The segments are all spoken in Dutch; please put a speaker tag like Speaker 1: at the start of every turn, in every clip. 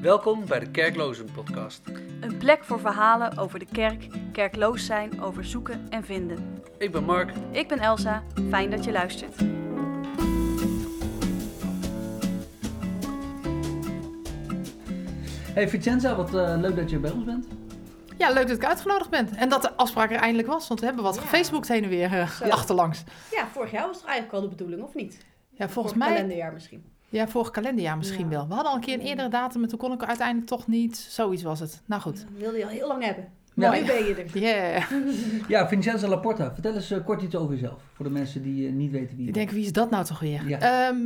Speaker 1: Welkom bij de Kerklozen podcast.
Speaker 2: Een plek voor verhalen over de kerk, kerkloos zijn, over zoeken en vinden.
Speaker 1: Ik ben Mark.
Speaker 2: Ik ben Elsa, fijn dat je luistert.
Speaker 3: Hey Vincenza, wat leuk dat je bij ons bent.
Speaker 4: Ja, leuk dat ik uitgenodigd ben. En dat de afspraak er eindelijk was. Want we hebben wat gefacebookt heen en weer achterlangs.
Speaker 5: Ja, vorig jaar was het eigenlijk al de bedoeling, of niet?
Speaker 4: Ja, volgens
Speaker 5: Vorig
Speaker 4: mij...
Speaker 5: kalenderjaar misschien.
Speaker 4: Ja, vorig kalenderjaar misschien wel. We hadden al een keer een eerdere datum en toen kon ik er uiteindelijk toch niet. Zoiets was het. Nou goed.
Speaker 5: Dat wilde je al heel lang hebben.
Speaker 3: Ja.
Speaker 5: Nu ben je er.
Speaker 4: Yeah.
Speaker 3: Ja, Vincenza Laporta, vertel eens kort iets over jezelf. Voor de mensen die niet weten wie je
Speaker 4: Ik
Speaker 3: bent.
Speaker 4: denk, wie is dat nou toch weer?
Speaker 3: Ja.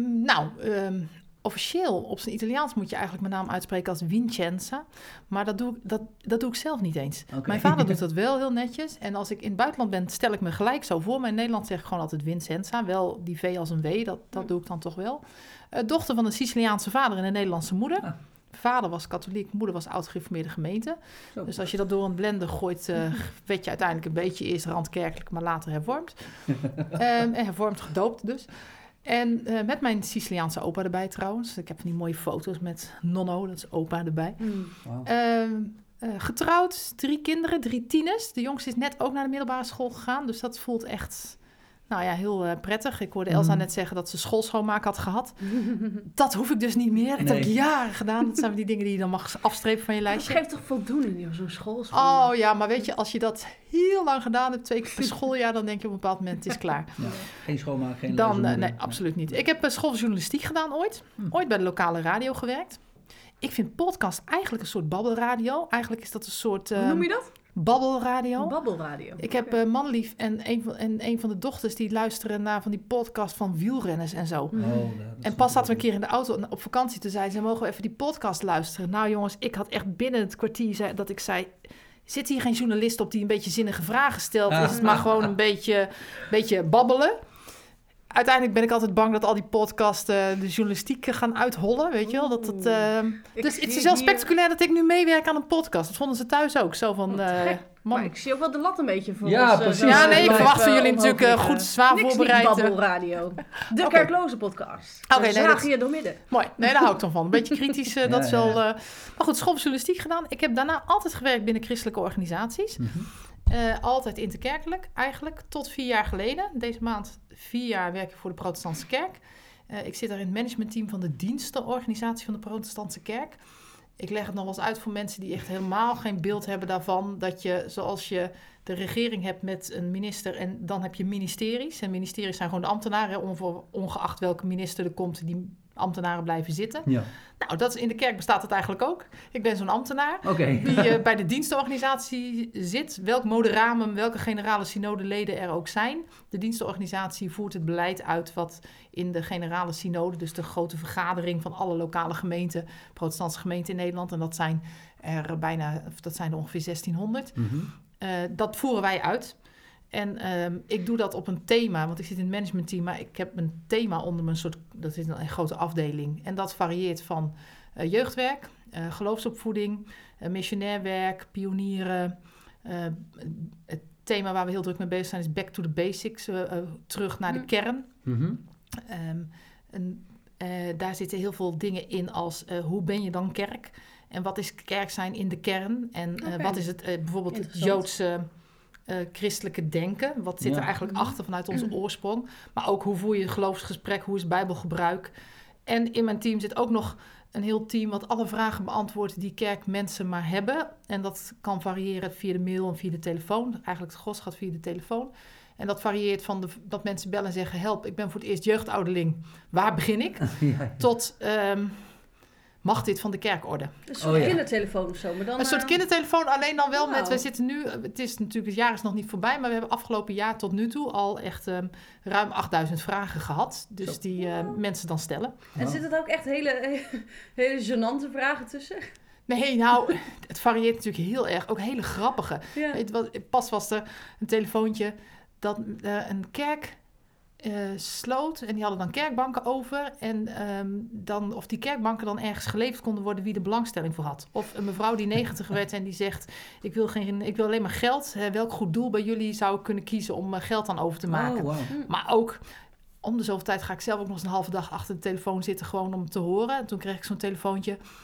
Speaker 4: Officieel op zijn Italiaans moet je eigenlijk mijn naam uitspreken als Vincenza. Maar dat doe ik zelf niet eens.
Speaker 3: Oké.
Speaker 4: Mijn vader doet dat wel heel netjes. En als ik in het buitenland ben, stel ik me gelijk zo voor. Maar in Nederland zeg ik gewoon altijd Vincenza. Wel die V als een W, dat doe ik dan toch wel. Dochter van een Siciliaanse vader en een Nederlandse moeder.
Speaker 3: Ah.
Speaker 4: Vader was katholiek, moeder was oud-gereformeerde gemeente.
Speaker 3: Zo.
Speaker 4: Dus als je dat door een blender gooit, werd je uiteindelijk een beetje eerst randkerkelijk, maar later hervormd. En hervormd gedoopt dus. En met mijn Siciliaanse opa erbij trouwens. Ik heb van die mooie foto's met nonno, dat is opa erbij.
Speaker 3: Wauw.
Speaker 4: Getrouwd, 3 kinderen, 3 tieners. De jongste is net ook naar de middelbare school gegaan. Dus dat voelt echt, heel prettig. Ik hoorde Elsa net zeggen dat ze schoolschoonmaak had gehad. Dat hoef ik dus niet meer. Dat heb ik jaren gedaan. Dat zijn die dingen die je dan mag afstrepen van je
Speaker 5: Dat
Speaker 4: lijstje.
Speaker 5: geeft toch voldoening, joh, zo'n schoolschool.
Speaker 4: Oh ja, maar weet je, als je dat heel lang gedaan hebt, 2 keer per schooljaar, dan denk je op een bepaald moment, het is klaar.
Speaker 3: Ja. Geen schoonmaak, geen
Speaker 4: Dan,
Speaker 3: luizenmoeder.
Speaker 4: nee, absoluut niet. Ik heb schooljournalistiek gedaan ooit. Ooit bij de lokale radio gewerkt. Ik vind podcast eigenlijk een soort babbelradio. Eigenlijk is dat een soort
Speaker 5: Hoe noem je dat?
Speaker 4: babbelradio.
Speaker 5: Babbelradio.
Speaker 4: Ik heb Manlief en een van de dochters die luisteren naar van die podcast van wielrenners en zo.
Speaker 3: Oh, dat
Speaker 4: En
Speaker 3: snap
Speaker 4: pas
Speaker 3: ik
Speaker 4: zaten we een
Speaker 3: wel.
Speaker 4: keer in de auto op vakantie. Toen zei ze, mogen we even die podcast luisteren? Nou jongens, ik had echt binnen het kwartier dat ik zei, zit hier geen journalist op die een beetje zinnige vragen stelt? Is het maar gewoon een beetje babbelen? Uiteindelijk ben ik altijd bang dat al die podcasten de journalistiek gaan uithollen, weet je wel? Dus het is wel spectaculair dat ik nu meewerk aan een podcast. Dat vonden ze thuis ook, zo van...
Speaker 5: Maar
Speaker 4: man.
Speaker 5: ik zie ook wel de lat een beetje voor
Speaker 3: Ja,
Speaker 5: ons.
Speaker 3: precies.
Speaker 4: Ja, nee, ik
Speaker 3: live,
Speaker 4: verwacht van jullie natuurlijk goed zwaar
Speaker 5: Niks
Speaker 4: voorbereid.
Speaker 5: niet babbelradio. De
Speaker 4: Oké.
Speaker 5: Kerklozen podcast.
Speaker 4: Oké,
Speaker 5: Daar
Speaker 4: nee,
Speaker 5: zaag
Speaker 4: dat-
Speaker 5: je door midden.
Speaker 4: Mooi, nee, daar hou ik dan van. Een beetje kritisch, dat is
Speaker 3: Ja,
Speaker 4: wel...
Speaker 3: ja.
Speaker 4: Maar goed, school van journalistiek gedaan. Ik heb daarna altijd gewerkt binnen christelijke organisaties. Altijd interkerkelijk eigenlijk, tot 4 jaar geleden. Deze maand 4 jaar werk ik voor de Protestantse Kerk. Ik zit daar in het managementteam van de dienstenorganisatie van de Protestantse Kerk. Ik leg het nog wel eens uit voor mensen die echt helemaal geen beeld hebben daarvan. Dat je, zoals je de regering hebt met een minister en dan heb je ministeries. En ministeries zijn gewoon de ambtenaren, ongeacht welke minister er komt, die ambtenaren blijven zitten.
Speaker 3: Ja,
Speaker 4: Nou, in de kerk bestaat het eigenlijk ook. Ik ben zo'n ambtenaar
Speaker 3: oké.
Speaker 4: die bij de dienstenorganisatie zit. Welk moderamen, welke generale synodeleden er ook zijn. De dienstenorganisatie voert het beleid uit wat in de generale synode, dus de grote vergadering van alle lokale gemeenten, protestantse gemeenten in Nederland. En dat zijn er ongeveer 1600. Dat voeren wij uit. En ik doe dat op een thema, want ik zit in het managementteam, maar ik heb een thema onder mijn dat is een grote afdeling. En dat varieert van jeugdwerk, geloofsopvoeding, missionair werk, pionieren. Het thema waar we heel druk mee bezig zijn is back to the basics, terug naar de kern. Daar zitten heel veel dingen in als hoe ben je dan kerk? En wat is kerk zijn in de kern? En wat is het bijvoorbeeld het
Speaker 5: Interessant.
Speaker 4: Joodse christelijke denken? Wat zit er eigenlijk achter vanuit onze oorsprong? Maar ook hoe voer je geloofsgesprek? Hoe is bijbelgebruik? En in mijn team zit ook nog een heel team wat alle vragen beantwoordt die kerkmensen maar hebben. En dat kan variëren via de mail en via de telefoon. Eigenlijk het gros gaat via de telefoon. En dat varieert van dat mensen bellen en zeggen, help, ik ben voor het eerst jeugdouderling. Waar begin ik? Tot mag dit van de kerkorde?
Speaker 5: Een soort kindertelefoon of zo. Maar dan,
Speaker 4: Een soort kindertelefoon, alleen dan wel
Speaker 5: Wauw.
Speaker 4: met... We zitten nu, het jaar is nog niet voorbij, maar we hebben afgelopen jaar tot nu toe al echt ruim 8000 vragen gehad. Dus die mensen dan stellen.
Speaker 5: En zitten er ook echt hele gênante vragen tussen?
Speaker 4: Nee, nou, het varieert natuurlijk heel erg. Ook hele grappige.
Speaker 5: Ja.
Speaker 4: Weet je wat, pas was er een telefoontje dat een kerk sloot en die hadden dan kerkbanken over en of die kerkbanken dan ergens geleverd konden worden wie de belangstelling voor had. Of een mevrouw die 90 werd en die zegt, ik wil alleen maar geld. Welk goed doel bij jullie zou ik kunnen kiezen om geld aan over te maken?
Speaker 3: Oh, wow.
Speaker 4: Maar ook om de zoveel tijd ga ik zelf ook nog eens een halve dag achter de telefoon zitten gewoon om te horen. En toen kreeg ik zo'n telefoontje.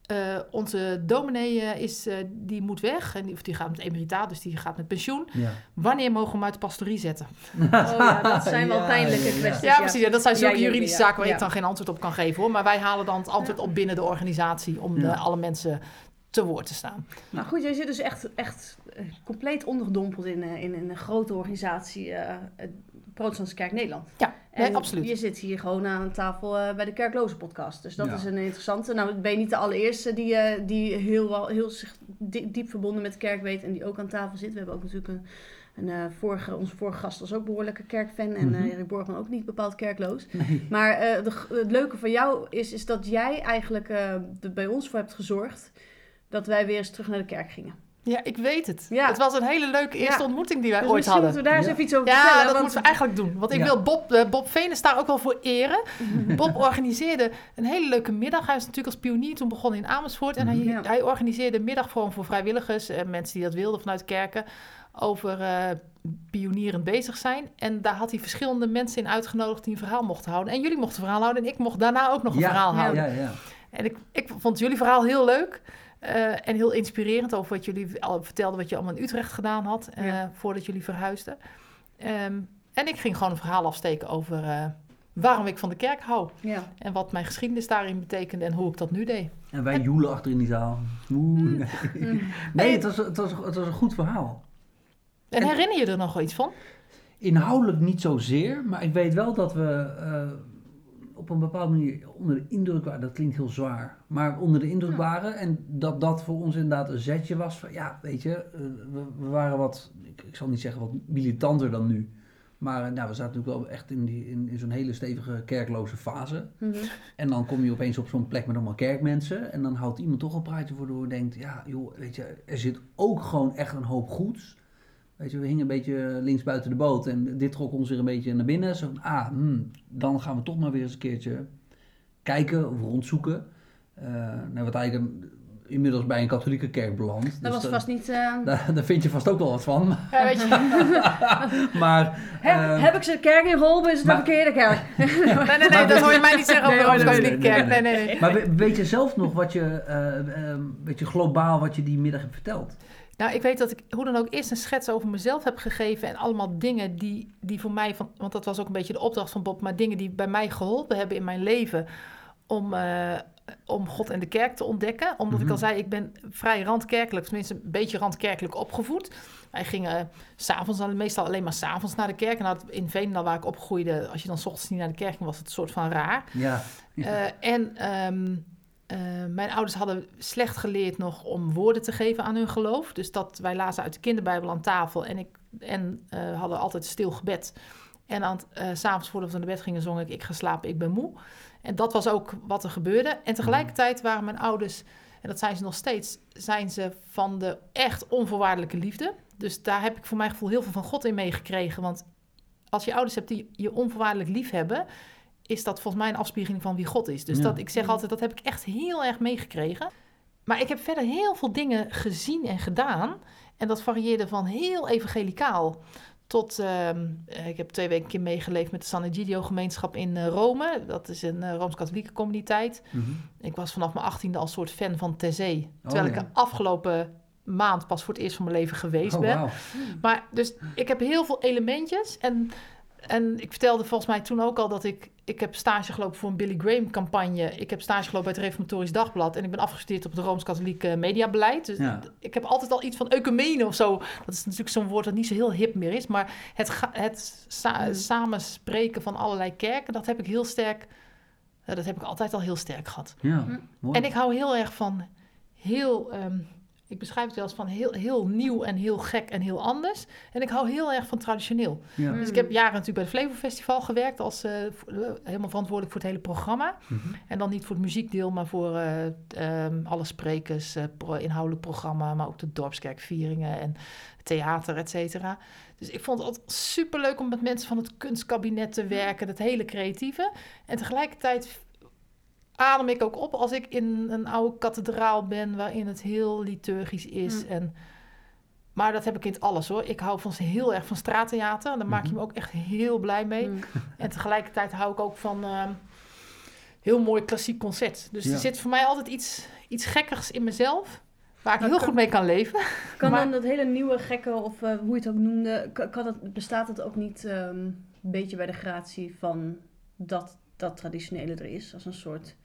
Speaker 4: onze dominee die moet weg. Of die gaat met emeritaat, dus die gaat met pensioen.
Speaker 3: Ja.
Speaker 4: Wanneer mogen we hem uit de pastorie zetten?
Speaker 5: Oh ja, dat zijn wel pijnlijke kwesties.
Speaker 4: Ja, precies. Ja, dat zijn zulke
Speaker 5: Ja,
Speaker 4: juridische zaken waar
Speaker 5: ja.
Speaker 4: ik dan geen antwoord op kan geven, hoor. Maar wij halen dan het antwoord op binnen de organisatie om alle mensen te woord te staan.
Speaker 5: Nou goed, jij zit dus echt compleet ondergedompeld in een grote organisatie, Protestantse Kerk Nederland.
Speaker 4: Ja,
Speaker 5: En
Speaker 4: absoluut.
Speaker 5: je zit hier gewoon aan een tafel bij de Kerkloze podcast. Dus dat
Speaker 3: Ja.
Speaker 5: is een interessante. Nou, ben je niet de allereerste die heel zich diep verbonden met de kerk weet en die ook aan tafel zit. We hebben ook natuurlijk onze vorige gast was ook behoorlijke kerkfan. En Erik Borgman ook niet bepaald kerkloos.
Speaker 3: Nee.
Speaker 5: Maar het leuke van jou is dat jij eigenlijk er bij ons voor hebt gezorgd dat wij weer eens terug naar de kerk gingen.
Speaker 4: Ja, ik weet het.
Speaker 5: Ja.
Speaker 4: Het was een hele leuke eerste ontmoeting die wij
Speaker 5: Dus
Speaker 4: ooit
Speaker 5: misschien
Speaker 4: hadden.
Speaker 5: moeten we daar eens even iets over
Speaker 4: Ja,
Speaker 5: vertellen.
Speaker 4: dat
Speaker 5: want
Speaker 4: moeten we eigenlijk doen. Want ik wil Bob Venus daar ook wel voor eren. Bob organiseerde een hele leuke middag. Hij is natuurlijk als pionier toen begonnen in Amersfoort. En hij organiseerde een middag voor vrijwilligers en mensen die dat wilden vanuit kerken over pionierend bezig zijn. En daar had hij verschillende mensen in uitgenodigd die een verhaal mochten houden. En jullie mochten een verhaal houden en ik mocht daarna ook nog een verhaal houden.
Speaker 3: Ja.
Speaker 4: En ik vond jullie verhaal heel leuk. En heel inspirerend over wat jullie vertelden, wat je allemaal in Utrecht gedaan had voordat jullie verhuisden. En ik ging gewoon een verhaal afsteken over waarom ik van de kerk hou.
Speaker 5: Ja.
Speaker 4: En wat mijn geschiedenis daarin betekende en hoe ik dat nu deed.
Speaker 3: En wij joelen achter in die zaal. Nee, het was een goed verhaal.
Speaker 4: En herinner je er nog wel iets van?
Speaker 3: Inhoudelijk niet zozeer, maar ik weet wel dat we op een bepaalde manier onder de indruk waren. Dat klinkt heel zwaar, maar onder de indruk waren. En dat voor ons inderdaad een zetje was van, ja, weet je, we waren wat, ik zal niet zeggen wat militanter dan nu. Maar we zaten natuurlijk wel echt in zo'n hele stevige kerkloze fase. Mm-hmm. En dan kom je opeens op zo'n plek met allemaal kerkmensen. En dan houdt iemand toch een praatje voor door en denkt, ja joh, weet je, er zit ook gewoon echt een hoop goeds. Weet je, we hingen een beetje links buiten de boot en dit trok ons weer een beetje naar binnen. Zo van, dan gaan we toch maar weer eens een keertje kijken of rondzoeken. Wat eigenlijk inmiddels bij een katholieke kerk beland.
Speaker 5: Dat was vast niet...
Speaker 3: Daar vind je vast ook wel wat van.
Speaker 4: Ja, weet je.
Speaker 3: Maar...
Speaker 5: heb ik ze de kerk in geholpen? Is het een verkeerde kerk?
Speaker 4: Nee, dat hoor je mij niet zeggen over de Rooms-Katholieke Kerk. Nee.
Speaker 3: Maar weet je zelf nog wat je globaal wat je die middag hebt verteld?
Speaker 4: Nou, ik weet dat ik hoe dan ook eerst een schets over mezelf heb gegeven en allemaal dingen die voor mij, want dat was ook een beetje de opdracht van Bob, maar dingen die bij mij geholpen hebben in mijn leven om God en de kerk te ontdekken. Omdat ik al zei, ik ben vrij randkerkelijk, tenminste een beetje randkerkelijk opgevoed. Wij gingen meestal alleen maar 's avonds naar de kerk. En in Veenendaal, waar ik opgroeide, als je dan 's ochtends niet naar de kerk ging, was het een soort van raar. Ja. Mijn ouders hadden slecht geleerd nog om woorden te geven aan hun geloof. Dus wij lazen uit de kinderbijbel aan tafel en hadden altijd stil gebed. En 's avonds voordat we naar bed gingen zong ik ga slapen, ik ben moe. En dat was ook wat er gebeurde. En tegelijkertijd waren mijn ouders, en dat zijn ze nog steeds, zijn ze van de echt onvoorwaardelijke liefde. Dus daar heb ik voor mijn gevoel heel veel van God in meegekregen. Want als je ouders hebt die je onvoorwaardelijk lief hebben, is dat volgens mij een afspiegeling van wie God is. Dus ik zeg altijd, dat heb ik echt heel erg meegekregen. Maar ik heb verder heel veel dingen gezien en gedaan. En dat varieerde van heel evangelicaal tot... ik heb 2 weken meegeleefd met de San Egidio gemeenschap in Rome. Dat is een Rooms-Katholieke communiteit. Mm-hmm. Ik was vanaf mijn 18e al soort fan van Taizé. Terwijl ik afgelopen maand pas voor het eerst van mijn leven geweest ben. Wow. Maar dus ik heb heel veel elementjes. En ik vertelde volgens mij toen ook al dat ik heb stage gelopen voor een Billy Graham campagne. Ik heb stage gelopen bij het Reformatorisch Dagblad. En ik ben afgestudeerd op het Rooms-Katholieke mediabeleid. Dus ik heb altijd al iets van ecumene of zo. Dat is natuurlijk zo'n woord dat niet zo heel hip meer is. Maar het samenspreken van allerlei kerken, dat heb ik heel sterk... dat heb ik altijd al heel sterk gehad.
Speaker 3: Ja, mooi.
Speaker 4: En ik hou heel erg van heel... ik beschrijf het wel eens van heel nieuw en heel gek en heel anders. En ik hou heel erg van traditioneel. Ja. Dus ik heb jaren natuurlijk bij het Flevo Festival gewerkt als helemaal verantwoordelijk voor het hele programma. Mm-hmm. En dan niet voor het muziekdeel, maar voor alle sprekers, inhoudelijk programma, maar ook de dorpskerkvieringen en theater, et cetera. Dus ik vond het altijd superleuk om met mensen van het kunstkabinet te werken, dat hele creatieve. En tegelijkertijd adem ik ook op als ik in een oude kathedraal ben waarin het heel liturgisch is. Maar dat heb ik in het alles hoor. Ik hou heel erg van straattheater. Daar maak je me ook echt heel blij mee. En tegelijkertijd hou ik ook van heel mooi klassiek concert. Dus er zit voor mij altijd iets gekkers in mezelf, waar ik heel goed mee kan leven.
Speaker 5: Kan dan dat hele nieuwe gekke, of hoe je het ook noemde, bestaat het ook niet een beetje bij de gratie van dat traditionele er is? Als een soort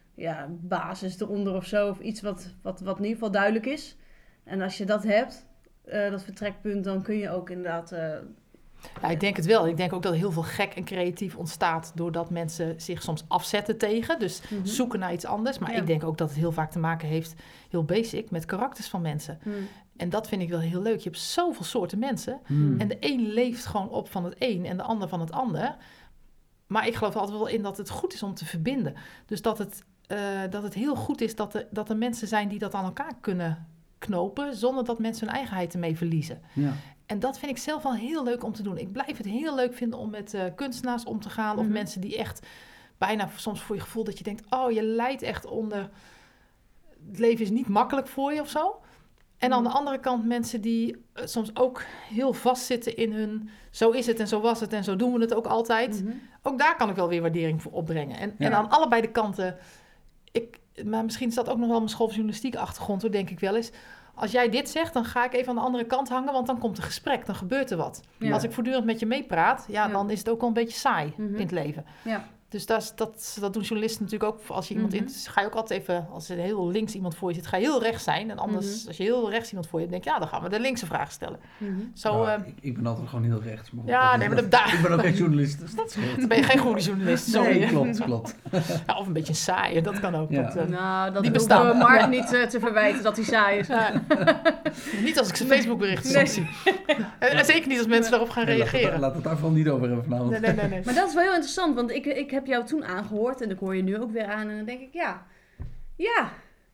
Speaker 5: basis eronder of zo, of iets wat in ieder geval duidelijk is. En als je dat hebt, dat vertrekpunt, dan kun je ook inderdaad...
Speaker 4: Ja, ik denk het wel. Ik denk ook dat heel veel gek en creatief ontstaat doordat mensen zich soms afzetten tegen. Dus zoeken naar iets anders. Maar ik denk ook dat het heel vaak te maken heeft, heel basic, met karakters van mensen. En dat vind ik wel heel leuk. Je hebt zoveel soorten mensen. En de een leeft gewoon op van het een en de ander van het ander. Maar ik geloof altijd wel in dat het goed is om te verbinden. Dus dat het heel goed is dat er mensen zijn die dat aan elkaar kunnen knopen, zonder dat mensen hun eigenheid ermee verliezen. Ja. En dat vind ik zelf wel heel leuk om te doen. Ik blijf het heel leuk vinden om met kunstenaars om te gaan. Of mensen die echt bijna soms voor je gevoel dat je denkt, oh, je lijdt echt onder... Het leven is niet makkelijk voor je of zo. En aan de andere kant mensen die soms ook heel vastzitten in hun... Zo is het en zo was het en zo doen we het ook altijd. Ook daar kan ik wel weer waardering voor opbrengen. En aan allebei de kanten... Maar misschien is dat ook nog wel mijn schooljournalistieke achtergrond, hoor, denk ik wel eens. Als jij dit zegt, dan ga ik even aan de andere kant hangen, want dan komt er gesprek, dan gebeurt er wat. Ja. Als ik voortdurend met je meepraat, dan is het ook wel een beetje saai in het leven. Ja. Dus dat doen journalisten natuurlijk ook. Als je iemand ga je ook altijd even, als er heel links iemand voor je zit, ga je heel rechts zijn. En anders, als je heel rechts iemand voor je hebt, denk je, dan gaan we de linkse vraag stellen.
Speaker 3: Ik ben altijd gewoon heel rechts.
Speaker 4: Maar
Speaker 3: ik ben ook geen journalist, dus dat scheelt.
Speaker 4: Dan ben je geen goede journalist.
Speaker 3: Nee, klopt.
Speaker 4: Ja, of een beetje saai, dat kan ook.
Speaker 5: Ja. Dat hoeven we Mark niet te verwijten dat hij saai is. Ja.
Speaker 4: Niet als ik zijn Facebookberichten soms zie. En zeker niet als mensen daarop gaan reageren.
Speaker 3: Laat het daar vooral niet over hebben vanavond.
Speaker 4: Nee.
Speaker 5: Maar dat is wel heel interessant, want ik heb jou toen aangehoord en ik hoor je nu ook weer aan en dan denk ik, ja.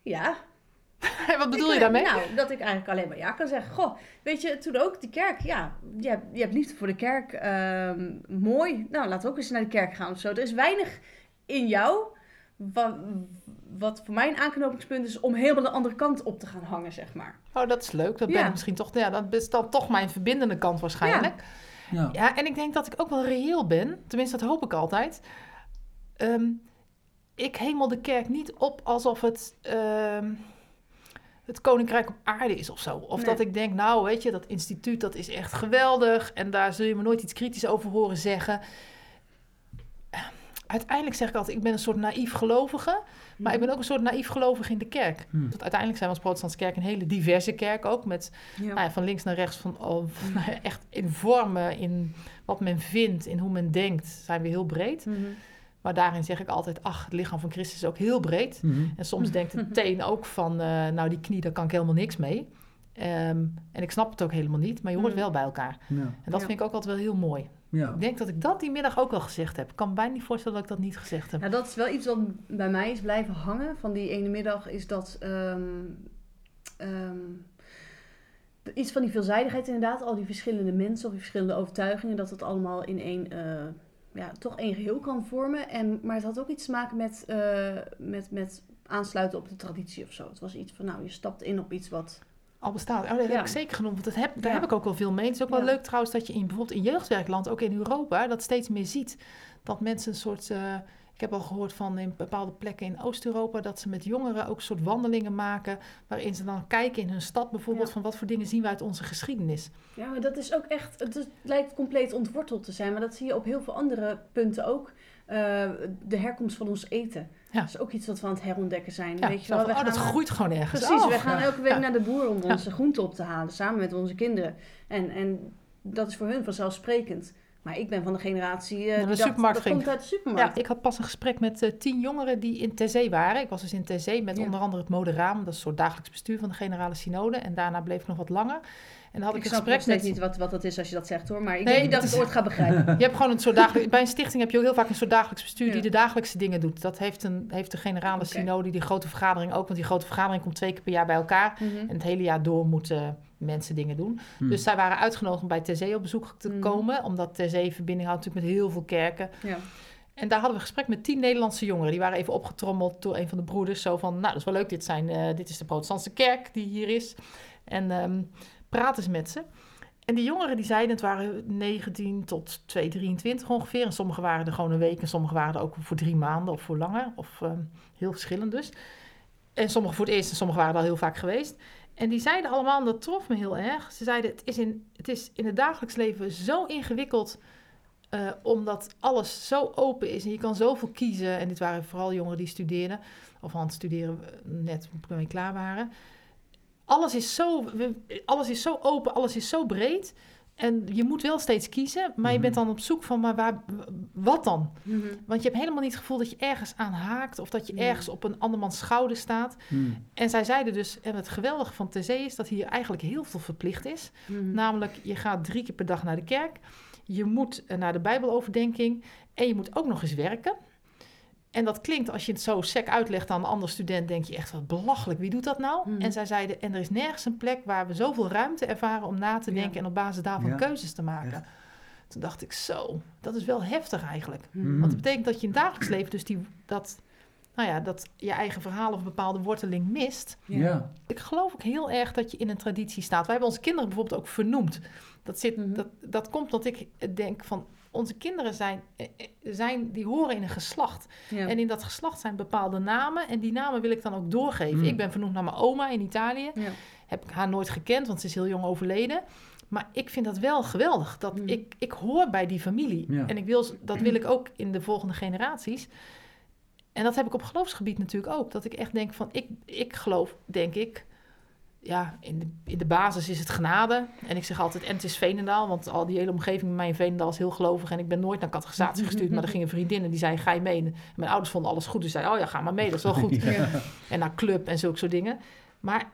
Speaker 4: Wat bedoel je daarmee?
Speaker 5: Nou, dat ik eigenlijk alleen maar ja kan zeggen. Goh, weet je, toen ook die kerk, je hebt liefde voor de kerk, mooi. Nou, laten we ook eens naar de kerk gaan of zo. Er is weinig in jou wat voor mij een aanknopingspunt is om helemaal de andere kant op te gaan hangen, zeg maar.
Speaker 4: Oh, dat is leuk. Dat ben ik misschien toch, dat is dan toch mijn verbindende kant waarschijnlijk. Ja, en ik denk dat ik ook wel reëel ben. Tenminste, dat hoop ik altijd. Ik hemel de kerk niet op alsof het koninkrijk op aarde is of zo. Of dat ik denk, nou, weet je, dat instituut, dat is echt geweldig. En daar zul je me nooit iets kritisch over horen zeggen. Uiteindelijk zeg ik altijd, ik ben een soort naïef gelovige. Maar ik ben ook een soort naïef gelovige in de kerk. Want uiteindelijk zijn we als protestantse kerk een hele diverse kerk ook. Met van links naar rechts, echt in vormen, in wat men vindt, in hoe men denkt, zijn we heel breed. Maar daarin zeg ik altijd, het lichaam van Christus is ook heel breed. En soms denkt het teen ook van, die knie, daar kan ik helemaal niks mee. En ik snap het ook helemaal niet, maar je hoort wel bij elkaar. Ja. En dat vind ik ook altijd wel heel mooi. Ja. Ik denk dat ik dat die middag ook wel gezegd heb. Ik kan me bijna niet voorstellen dat ik dat niet gezegd heb.
Speaker 5: Ja, dat is wel iets wat bij mij is blijven hangen van die ene middag, is dat... iets van die veelzijdigheid inderdaad, al die verschillende mensen of die verschillende overtuigingen, dat het allemaal in toch één geheel kan vormen. Maar het had ook iets te maken met aansluiten op de traditie of zo. Het was iets van, je stapt in op iets wat...
Speaker 4: Al bestaat. Dat heb ik zeker genoemd. Want daar heb ik ook wel veel mee. Het is ook wel leuk trouwens dat je bijvoorbeeld in jeugdwerkland, ook in Europa, dat steeds meer ziet. Dat mensen een soort... ik heb al gehoord van in bepaalde plekken in Oost-Europa, dat ze met jongeren ook een soort wandelingen maken, waarin ze dan kijken in hun stad bijvoorbeeld van wat voor dingen zien we uit onze geschiedenis. Ja,
Speaker 5: maar dat is ook echt... Het lijkt compleet ontworteld te zijn, maar dat zie je op heel veel andere punten ook. De herkomst van ons eten. Ja. Dat is ook iets wat we aan het herontdekken zijn.
Speaker 4: Ja, weet je wel? Dat groeit gewoon ergens.
Speaker 5: Precies, we gaan elke week naar de boer om onze groenten op te halen, samen met onze kinderen. En dat is voor hun vanzelfsprekend. Maar ik ben van de generatie die
Speaker 4: dat
Speaker 5: komt uit de supermarkt.
Speaker 4: Ja, ik had pas een gesprek met 10 jongeren die in Terzee waren. Ik was dus in Terzee met onder andere het Moderaam. Dat is een soort dagelijks bestuur van de Generale Synode. En daarna bleef ik nog wat langer. En dan had ik een gesprek
Speaker 5: snap nog steeds niet wat dat is als je dat zegt, hoor. Maar ik denk niet dat ik het ooit ga begrijpen.
Speaker 4: Je hebt gewoon een soort dagelijks... Bij een stichting heb je ook heel vaak een soort dagelijks bestuur die de dagelijkse dingen doet. Dat heeft de Generale Synode, die grote vergadering ook. Want die grote vergadering komt 2 keer per jaar bij elkaar. En het hele jaar door moeten mensen dingen doen. Dus zij waren uitgenodigd om bij Terzee op bezoek te komen. Omdat Terzee verbinding houdt natuurlijk met heel veel kerken. Ja. En daar hadden we een gesprek met 10 Nederlandse jongeren. Die waren even opgetrommeld door een van de broeders. Zo van, dat is wel leuk, dit is de protestantse kerk die hier is. En praat eens met ze. En die jongeren die zeiden, het waren 19 tot 23 ongeveer. En sommigen waren er gewoon een week en sommigen waren er ook voor 3 maanden of voor langer. Of heel verschillend dus. En sommigen voor het eerst en sommigen waren er al heel vaak geweest. En die zeiden allemaal, en dat trof me heel erg. Ze zeiden, het is in het dagelijks leven zo ingewikkeld, omdat alles zo open is en je kan zoveel kiezen. En dit waren vooral jongeren die studeerden, of aan het studeren net mee klaar waren. Alles is zo open, alles is zo breed. En je moet wel steeds kiezen, maar je bent dan op zoek van, maar wat dan?
Speaker 5: Mm-hmm.
Speaker 4: Want je hebt helemaal niet het gevoel dat je ergens aan haakt of dat je ergens op een andermans schouder staat. En zij zeiden dus, en het geweldige van TC is dat hier eigenlijk heel veel verplicht is. Namelijk, je gaat 3 keer per dag naar de kerk, je moet naar de Bijbeloverdenking en je moet ook nog eens werken. En dat klinkt, als je het zo sec uitlegt aan een andere student, denk je echt, wat belachelijk, wie doet dat nou? En zij zeiden, en er is nergens een plek waar we zoveel ruimte ervaren om na te denken en op basis daarvan keuzes te maken. Echt. Toen dacht ik, zo, dat is wel heftig eigenlijk. Want dat betekent dat je in het dagelijks leven dus dat je eigen verhaal of een bepaalde worteling mist.
Speaker 3: Ja.
Speaker 4: Ik geloof ook heel erg dat je in een traditie staat. Wij hebben onze kinderen bijvoorbeeld ook vernoemd. Dat komt omdat ik denk van, onze kinderen die horen in een geslacht. Ja. En in dat geslacht zijn bepaalde namen. En die namen wil ik dan ook doorgeven. Ik ben vernoemd naar mijn oma in Italië. Ja. Heb ik haar nooit gekend, want ze is heel jong overleden. Maar ik vind dat wel geweldig. Dat ik hoor bij die familie. Ja. En dat wil ik ook in de volgende generaties. En dat heb ik op geloofsgebied natuurlijk ook. Dat ik echt denk van, ik geloof, denk ik, ja, in de basis is het genade. En ik zeg altijd, en het is Veenendaal, want al die hele omgeving bij mij in Veenendaal is heel gelovig. En ik ben nooit naar catechisatie gestuurd, maar er ging een vriendin en die zei, ga je mee? En mijn ouders vonden alles goed, dus zeiden, oh ja, ga maar mee, dat is wel goed. Ja. En naar club en zulke soort dingen. Maar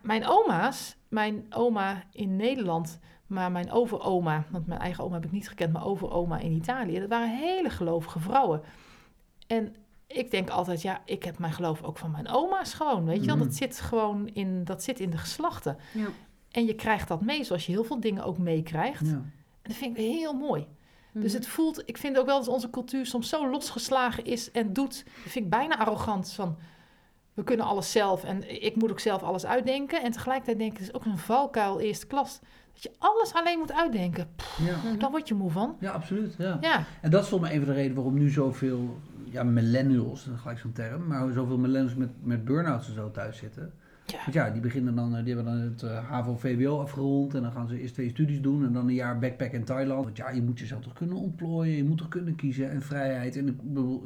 Speaker 4: mijn oma in Nederland, maar mijn overoma, want mijn eigen oma heb ik niet gekend, maar overoma in Italië, dat waren hele gelovige vrouwen. En ik denk altijd, ja, ik heb mijn geloof ook van mijn oma's gewoon, weet je wel. Dat zit gewoon in de geslachten. Ja. En je krijgt dat mee, zoals je heel veel dingen ook meekrijgt. Ja. En dat vind ik heel mooi. Dus ik vind ook wel dat onze cultuur soms zo losgeslagen is en doet. Dat vind ik bijna arrogant van, we kunnen alles zelf en ik moet ook zelf alles uitdenken. En tegelijkertijd denk ik, het is ook een valkuil eerste klas. Dat je alles alleen moet uitdenken. Daar word je moe van.
Speaker 3: Ja, absoluut. Ja. En dat is volgens mij een van de redenen waarom nu zoveel millennials, dat is gelijk zo'n term, maar zoveel millennials met burn-outs en zo thuis zitten. Ja. Want die beginnen dan, die hebben dan het HAVO-VWO afgerond en dan gaan ze eerst 2 studies doen en dan een jaar backpack in Thailand. Want je moet jezelf toch kunnen ontplooien, je moet toch kunnen kiezen en vrijheid. En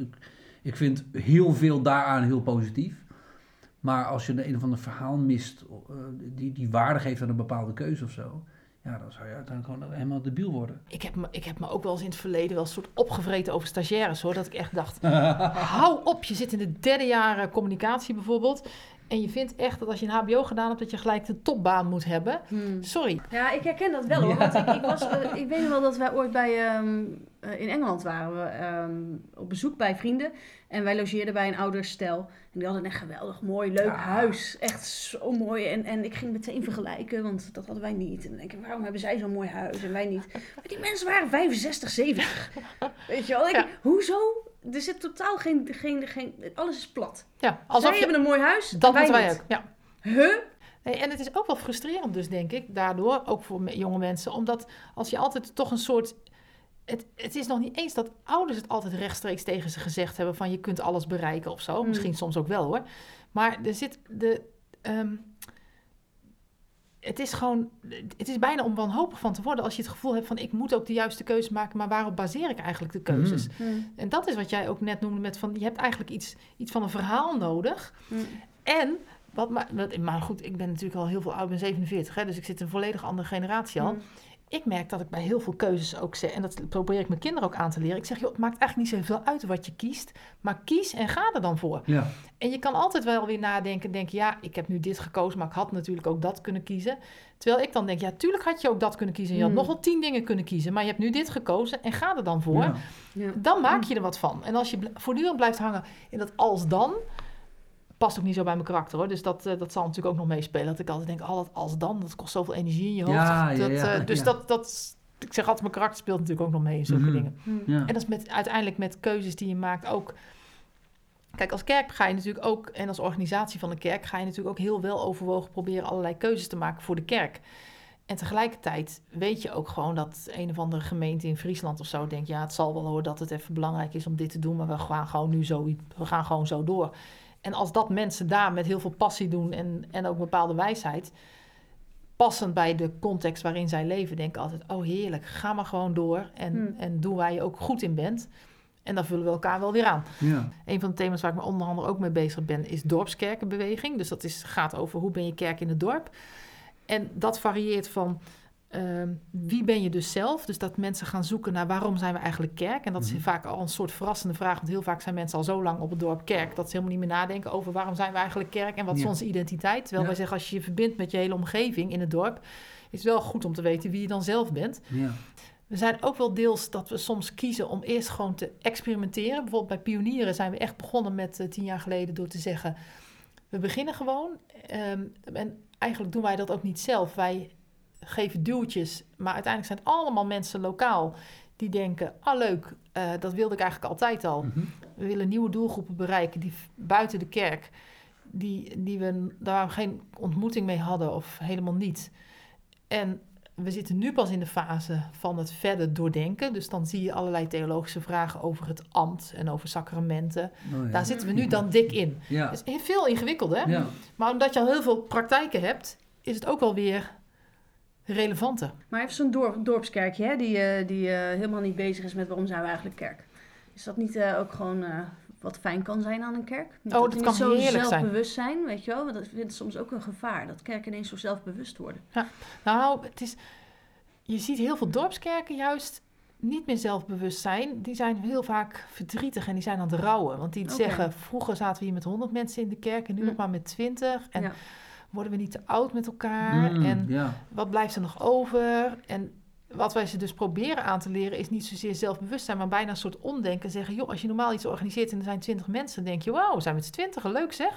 Speaker 3: ik vind heel veel daaraan heel positief. Maar als je een of ander verhaal mist die waarde geeft aan een bepaalde keuze of zo, ja, dan zou je uiteindelijk gewoon helemaal debiel worden.
Speaker 4: Ik heb me ook wel eens in het verleden wel een soort opgevreten over stagiaires, hoor. Dat ik echt dacht, hou op, je zit in het 3e jaar communicatie bijvoorbeeld. En je vindt echt dat als je een hbo gedaan hebt, dat je gelijk de topbaan moet hebben. Sorry.
Speaker 5: Ja, ik herken dat wel, hoor. Want ik weet nog wel dat wij ooit in Engeland waren we op bezoek bij vrienden. En wij logeerden bij een ouderstel. En die hadden een geweldig mooi, leuk huis. Echt zo mooi. En ik ging meteen vergelijken, want dat hadden wij niet. En dan denk ik, waarom hebben zij zo'n mooi huis en wij niet? Maar die mensen waren 65, 70. Weet je wel? Ja. Hoezo? Er zit totaal geen alles is plat.
Speaker 4: Ja,
Speaker 5: zij hebben een mooi huis,
Speaker 4: dat moeten wij ook. Ja.
Speaker 5: Huh?
Speaker 4: Nee, en het is ook wel frustrerend dus, denk ik, daardoor, ook voor jonge mensen. Omdat als je altijd toch een soort... Het is nog niet eens dat ouders het altijd rechtstreeks tegen ze gezegd hebben van je kunt alles bereiken of zo. Misschien soms ook wel, hoor. Maar er zit het is bijna om wanhopig van te worden als je het gevoel hebt van ik moet ook de juiste keuze maken, maar waarop baseer ik eigenlijk de keuzes? En dat is wat jij ook net noemde met van je hebt eigenlijk iets van een verhaal nodig. En, maar goed, ik ben natuurlijk al heel veel oud, ik ben 47, hè, dus ik zit in een volledig andere generatie al. Ik merk dat ik bij heel veel keuzes ook zeg, en dat probeer ik mijn kinderen ook aan te leren. Ik zeg, joh, het maakt eigenlijk niet zoveel uit wat je kiest, maar kies en ga er dan voor. Ja. En je kan altijd wel weer nadenken, ja, ik heb nu dit gekozen, maar ik had natuurlijk ook dat kunnen kiezen. Terwijl ik dan denk, ja, tuurlijk had je ook dat kunnen kiezen. Je had nog wel 10 dingen kunnen kiezen, maar je hebt nu dit gekozen en ga er dan voor. Ja. Ja. Dan maak je er wat van. En als je voortdurend blijft hangen in dat als dan, past ook niet zo bij mijn karakter, hoor. Dus dat zal natuurlijk ook nog meespelen. Dat ik altijd denk, dat als dan, dat kost zoveel energie in je hoofd. Dus ik zeg altijd, mijn karakter speelt natuurlijk ook nog mee in zulke dingen. Ja. En dat is uiteindelijk met keuzes die je maakt ook. Kijk, als kerk ga je natuurlijk ook, en als organisatie van de kerk ga je natuurlijk ook heel wel overwogen proberen allerlei keuzes te maken voor de kerk. En tegelijkertijd weet je ook gewoon dat een of andere gemeente in Friesland of zo denkt... ja, het zal wel hoor dat het even belangrijk is om dit te doen... maar we gaan gewoon zo door. En als dat mensen daar met heel veel passie doen en ook bepaalde wijsheid... passend bij de context waarin zij leven, denk ik altijd... oh heerlijk, ga maar gewoon door en doe waar je ook goed in bent... En dan vullen we elkaar wel weer aan.
Speaker 3: Ja.
Speaker 4: Een van de thema's waar ik me onder andere ook mee bezig ben... is dorpskerkenbeweging. Dus dat gaat over hoe ben je kerk in het dorp. En dat varieert van wie ben je dus zelf? Dus dat mensen gaan zoeken naar waarom zijn we eigenlijk kerk? En dat is vaak al een soort verrassende vraag. Want heel vaak zijn mensen al zo lang op het dorp kerk... dat ze helemaal niet meer nadenken over waarom zijn we eigenlijk kerk... en wat is onze identiteit. Terwijl wij zeggen, als je je verbindt met je hele omgeving in het dorp... is het wel goed om te weten wie je dan zelf bent...
Speaker 3: Ja.
Speaker 4: We zijn ook wel deels dat we soms kiezen om eerst gewoon te experimenteren. Bijvoorbeeld bij pionieren zijn we echt begonnen met 10 jaar geleden door te zeggen... we beginnen gewoon. En eigenlijk doen wij dat ook niet zelf. Wij geven duwtjes, maar uiteindelijk zijn het allemaal mensen lokaal... die denken, leuk, dat wilde ik eigenlijk altijd al. Mm-hmm. We willen nieuwe doelgroepen bereiken die buiten de kerk... waar we geen ontmoeting mee hadden of helemaal niet. En... we zitten nu pas in de fase van het verder doordenken. Dus dan zie je allerlei theologische vragen over het ambt en over sacramenten. Oh ja. Daar zitten we nu dan dik in. Ja. Dat is veel ingewikkelder. Ja. Maar omdat je al heel veel praktijken hebt, is het ook wel weer relevanter.
Speaker 5: Maar even zo'n dorpskerkje, hè, die helemaal niet bezig is met waarom zijn we eigenlijk kerk. Is dat niet ook gewoon... wat fijn kan zijn aan een kerk?
Speaker 4: Dat kan
Speaker 5: zo
Speaker 4: heerlijk
Speaker 5: zelfbewust zijn, weet je wel? Want dat is soms ook een gevaar, dat kerken ineens zo zelfbewust worden.
Speaker 4: Ja, nou, je ziet heel veel dorpskerken juist niet meer zelfbewust zijn. Die zijn heel vaak verdrietig en die zijn aan het rouwen. Want die zeggen, vroeger zaten we hier met 100 mensen in de kerk en nu nog maar met 20. En worden we niet te oud met elkaar? Wat blijft er nog over? En... wat wij ze dus proberen aan te leren is niet zozeer zelfbewustzijn, maar bijna een soort omdenken. Zeggen, joh, als je normaal iets organiseert en er zijn 20 mensen, dan denk je, wauw, we zijn met z'n 20, leuk zeg.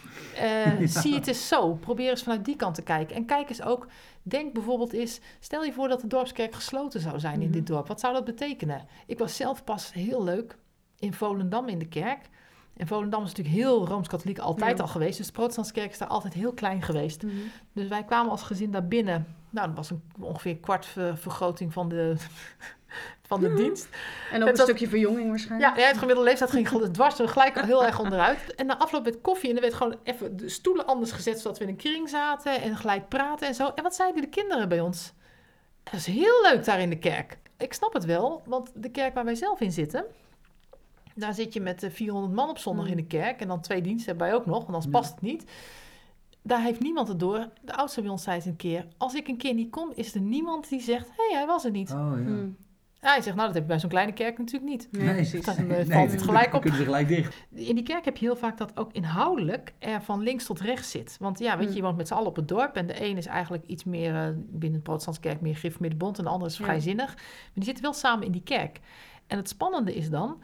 Speaker 4: Zie het eens zo. Probeer eens vanuit die kant te kijken. En kijk eens ook, denk bijvoorbeeld eens, stel je voor dat de dorpskerk gesloten zou zijn in dit dorp. Wat zou dat betekenen? Ik was zelf pas heel leuk in Volendam in de kerk. En Volendam is natuurlijk heel Rooms-Katholiek altijd al geweest. Dus de protestantse kerk is daar altijd heel klein geweest. Mm-hmm. Dus wij kwamen als gezin daar binnen. Nou, dat was ongeveer een kwart vergroting van de dienst.
Speaker 5: En ook een stukje verjonging waarschijnlijk.
Speaker 4: Ja, het gemiddelde leeftijd ging dwars gelijk heel erg onderuit. En na afloop met koffie en er werd gewoon even de stoelen anders gezet... zodat we in een kring zaten en gelijk praten en zo. En wat zeiden de kinderen bij ons? Dat is heel leuk daar in de kerk. Ik snap het wel, want de kerk waar wij zelf in zitten... daar zit je met 400 man op zondag in de kerk... en dan 2 diensten hebben wij ook nog, want anders past het niet... Daar heeft niemand het door. De oudste bij ons zei het een keer... als ik een keer niet kom, is er niemand die zegt... hé, hij was er niet.
Speaker 3: Oh, ja.
Speaker 4: Hij zegt, nou, dat heb je bij zo'n kleine kerk natuurlijk niet.
Speaker 3: Nee, precies.
Speaker 4: Dan valt het gelijk op.
Speaker 3: Kunnen ze gelijk dicht.
Speaker 4: In die kerk heb je heel vaak dat ook inhoudelijk... er van links tot rechts zit. Want ja, weet je, je woont met z'n allen op het dorp... en de een is eigenlijk iets meer... binnen de protestantse kerk meer gif middenbond... en de andere is vrijzinnig. Maar die zitten wel samen in die kerk. En het spannende is dan...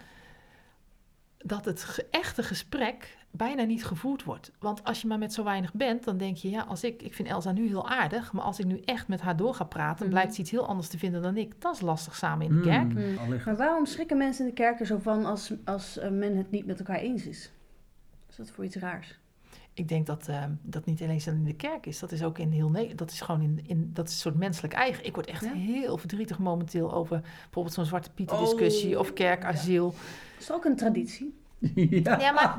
Speaker 4: dat het echte gesprek bijna niet gevoerd wordt. Want als je maar met zo weinig bent, dan denk je... ja, als ik vind Elsa nu heel aardig... maar als ik nu echt met haar door ga praten... blijkt ze iets heel anders te vinden dan ik. Dat is lastig samen in de kerk.
Speaker 5: Maar waarom schrikken mensen in de kerk er zo van... als men het niet met elkaar eens is? Is dat voor iets raars?
Speaker 4: Ik denk dat niet alleen in de kerk is. Dat is ook in heel Nederland. Dat is gewoon dat is een soort menselijk eigen. Ik word echt heel verdrietig momenteel over... bijvoorbeeld zo'n Zwarte Pieten discussie... of kerkasiel.
Speaker 5: Is dat ook een traditie?
Speaker 4: Ja, maar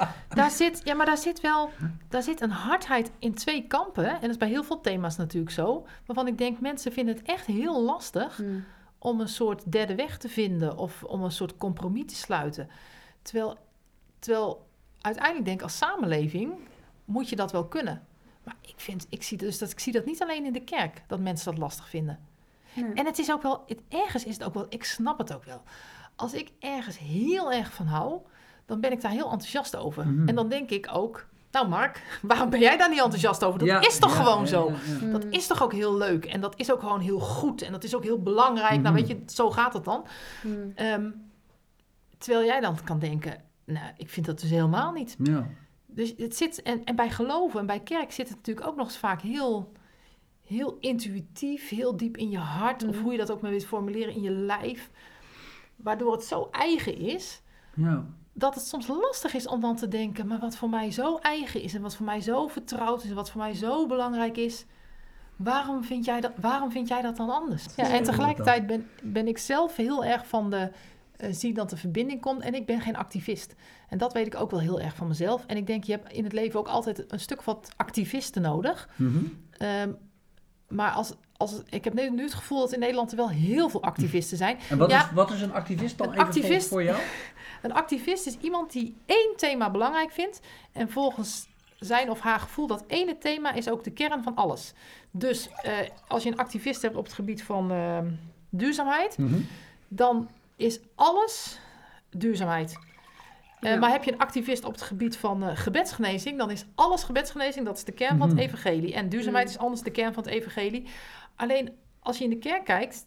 Speaker 4: daar zit een hardheid in 2 kampen. En dat is bij heel veel thema's natuurlijk zo. Waarvan ik denk, mensen vinden het echt heel lastig... om een soort derde weg te vinden... of om een soort compromis te sluiten. Terwijl uiteindelijk denk ik, als samenleving... moet je dat wel kunnen. Maar ik zie dat niet alleen in de kerk... dat mensen dat lastig vinden. Nee. En het is ook wel... ergens is het ook wel... ik snap het ook wel. Als ik ergens heel erg van hou... dan ben ik daar heel enthousiast over. En dan denk ik ook... nou Mark, waarom ben jij daar niet enthousiast over? Dat is toch gewoon zo? Ja. Dat is toch ook heel leuk? En dat is ook gewoon heel goed. En dat is ook heel belangrijk. Nou weet je, zo gaat het dan. Terwijl jij dan kan denken... nou, ik vind dat dus helemaal niet. Ja. Dus het zit... En bij geloven en bij kerk zit het natuurlijk ook nog eens vaak heel... heel intuïtief, heel diep in je hart... of hoe je dat ook maar wilt formuleren, in je lijf... waardoor het zo eigen is... dat het soms lastig is om dan te denken... maar wat voor mij zo eigen is... en wat voor mij zo vertrouwd is... en wat voor mij zo belangrijk is... waarom vind jij dat dan anders? Ja, en tegelijkertijd ben ik zelf heel erg van zie dat de verbinding komt en ik ben geen activist. En dat weet ik ook wel heel erg van mezelf. En ik denk, je hebt in het leven ook altijd een stuk wat activisten nodig.
Speaker 3: Mm-hmm.
Speaker 4: Maar ik heb nu het gevoel dat in Nederland er wel heel veel activisten zijn.
Speaker 3: En wat is een activist dan voor jou?
Speaker 4: Een activist is iemand die 1 thema belangrijk vindt en volgens zijn of haar gevoel dat ene thema is ook de kern van alles. Dus als je een activist hebt op het gebied van duurzaamheid, dan is alles duurzaamheid. Maar heb je een activist op het gebied van gebedsgenezing, dan is alles gebedsgenezing, dat is de kern van het evangelie. En duurzaamheid is anders de kern van het evangelie. Alleen als je in de kerk kijkt,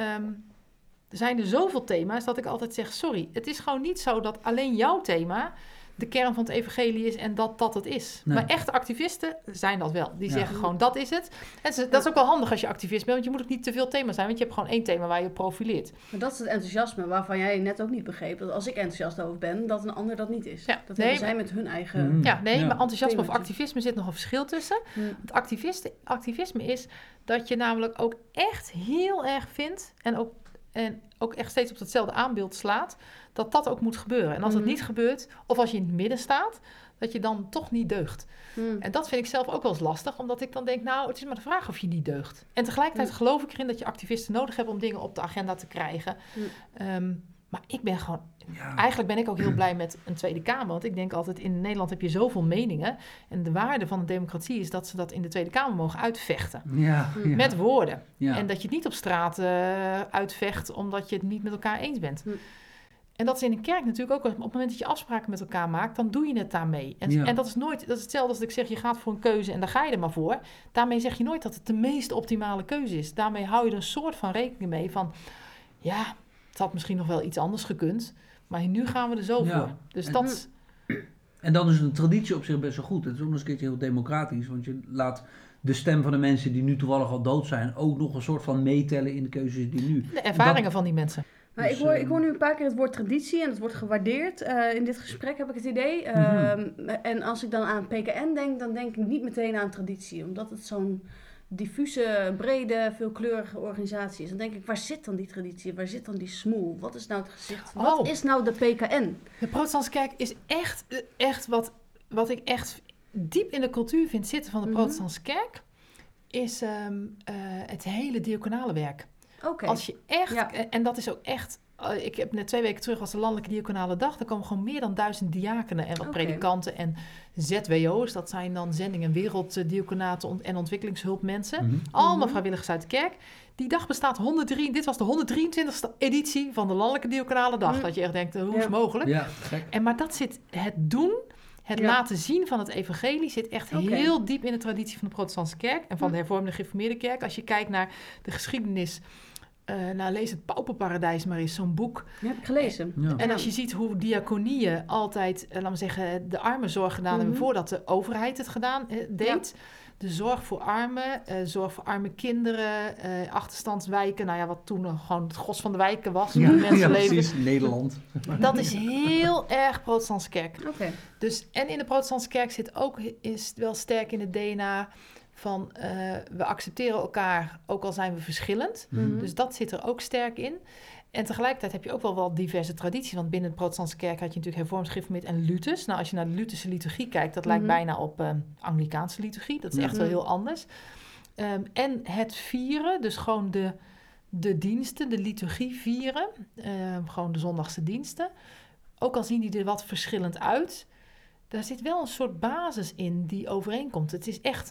Speaker 4: zijn er zoveel thema's dat ik altijd zeg, sorry, het is gewoon niet zo dat alleen jouw thema de kern van het evangelie is en dat het is. Nee. Maar echte activisten zijn dat wel. Die zeggen gewoon, dat is het. En dat is ook wel handig als je activist bent, want je moet ook niet te veel thema's zijn, want je hebt gewoon 1 thema waar je profileert.
Speaker 5: Maar dat is het enthousiasme waarvan jij net ook niet begreep. Dat als ik enthousiast over ben, dat een ander dat niet is. Ja, dat hebben zij met hun eigen...
Speaker 4: maar enthousiasme of activisme zit nog een verschil tussen. Het activisme is dat je namelijk ook echt heel erg vindt en ook echt steeds op hetzelfde aanbeeld slaat, dat ook moet gebeuren. En als het niet gebeurt, of als je in het midden staat, dat je dan toch niet deugt. En dat vind ik zelf ook wel eens lastig, omdat ik dan denk, nou, het is maar de vraag of je niet deugt. En tegelijkertijd geloof ik erin dat je activisten nodig hebt om dingen op de agenda te krijgen. Maar ik ben gewoon... Ja. Eigenlijk ben ik ook heel blij met een Tweede Kamer. Want ik denk altijd, in Nederland heb je zoveel meningen. En de waarde van de democratie is dat ze dat in de Tweede Kamer mogen uitvechten. Ja. Met woorden. Ja. En dat je het niet op straat uitvecht, omdat je het niet met elkaar eens bent. En dat is in een kerk natuurlijk ook. Op het moment dat je afspraken met elkaar maakt, dan doe je het daarmee. En dat is hetzelfde als ik zeg, je gaat voor een keuze en daar ga je er maar voor. Daarmee zeg je nooit dat het de meest optimale keuze is. Daarmee hou je er een soort van rekening mee van, ja, het had misschien nog wel iets anders gekund, maar nu gaan we er zo voor. Dus
Speaker 3: en dan is een traditie op zich best wel goed. Het is ook nog eens een keertje heel democratisch, want je laat de stem van de mensen die nu toevallig al dood zijn ook nog een soort van meetellen in de keuzes die nu...
Speaker 4: De ervaringen van die mensen.
Speaker 5: Maar dus, ik hoor nu een paar keer het woord traditie en het wordt gewaardeerd. In dit gesprek heb ik het idee. En als ik dan aan PKN denk, dan denk ik niet meteen aan traditie. Omdat het zo'n diffuse, brede, veelkleurige organisatie is. Dan denk ik, waar zit dan die traditie? Waar zit dan die smoel? Wat is nou het gezicht? Wat is nou de PKN?
Speaker 4: De Protestantse Kerk is echt wat ik echt diep in de cultuur vind zitten van de Protestantse Kerk, is het hele diaconale werk.
Speaker 5: Okay.
Speaker 4: Als je echt, en dat is ook echt, ik heb net 2 weken terug was de landelijke diaconale dag, er komen gewoon meer dan 1000 diakenen en wat predikanten en ZWO's, dat zijn dan zending- en werelddiaconaten en ontwikkelingshulpmensen, allemaal vrijwilligers uit de kerk. Die dag bestaat dit was de 123e editie van de landelijke diaconale dag, dat je echt denkt, hoe is het mogelijk? Ja, maar dat zit, het doen, het laten zien van het evangelie zit echt heel diep in de traditie van de Protestantse Kerk en van de hervormde gereformeerde kerk. Als je kijkt naar de geschiedenis, lees het Pauperparadijs maar eens, zo'n boek.
Speaker 5: Ja, heb ik gelezen.
Speaker 4: En als je ziet hoe diaconieën altijd, laten we zeggen, de armenzorg gedaan hebben voordat de overheid het gedaan deed. Ja. De zorg voor armen, zorg voor arme kinderen, achterstandswijken. Nou ja, wat toen gewoon het gros van de wijken was.
Speaker 3: Precies, Nederland.
Speaker 4: Dat is heel erg Protestantse kerk.
Speaker 5: Okay.
Speaker 4: Dus, en in de Protestantse kerk is wel sterk in het DNA van we accepteren elkaar, ook al zijn we verschillend. Dus dat zit er ook sterk in. En tegelijkertijd heb je ook wel diverse tradities. Want binnen de Protestantse kerk had je natuurlijk hervormd, gereformeerd en Luthers. Nou, als je naar de Lutherse liturgie kijkt, dat lijkt bijna op Anglikaanse liturgie. Dat is echt wel heel anders. En het vieren, dus gewoon de diensten, de liturgie vieren. Gewoon de zondagse diensten. Ook al zien die er wat verschillend uit, daar zit wel een soort basis in die overeenkomt. Het is echt...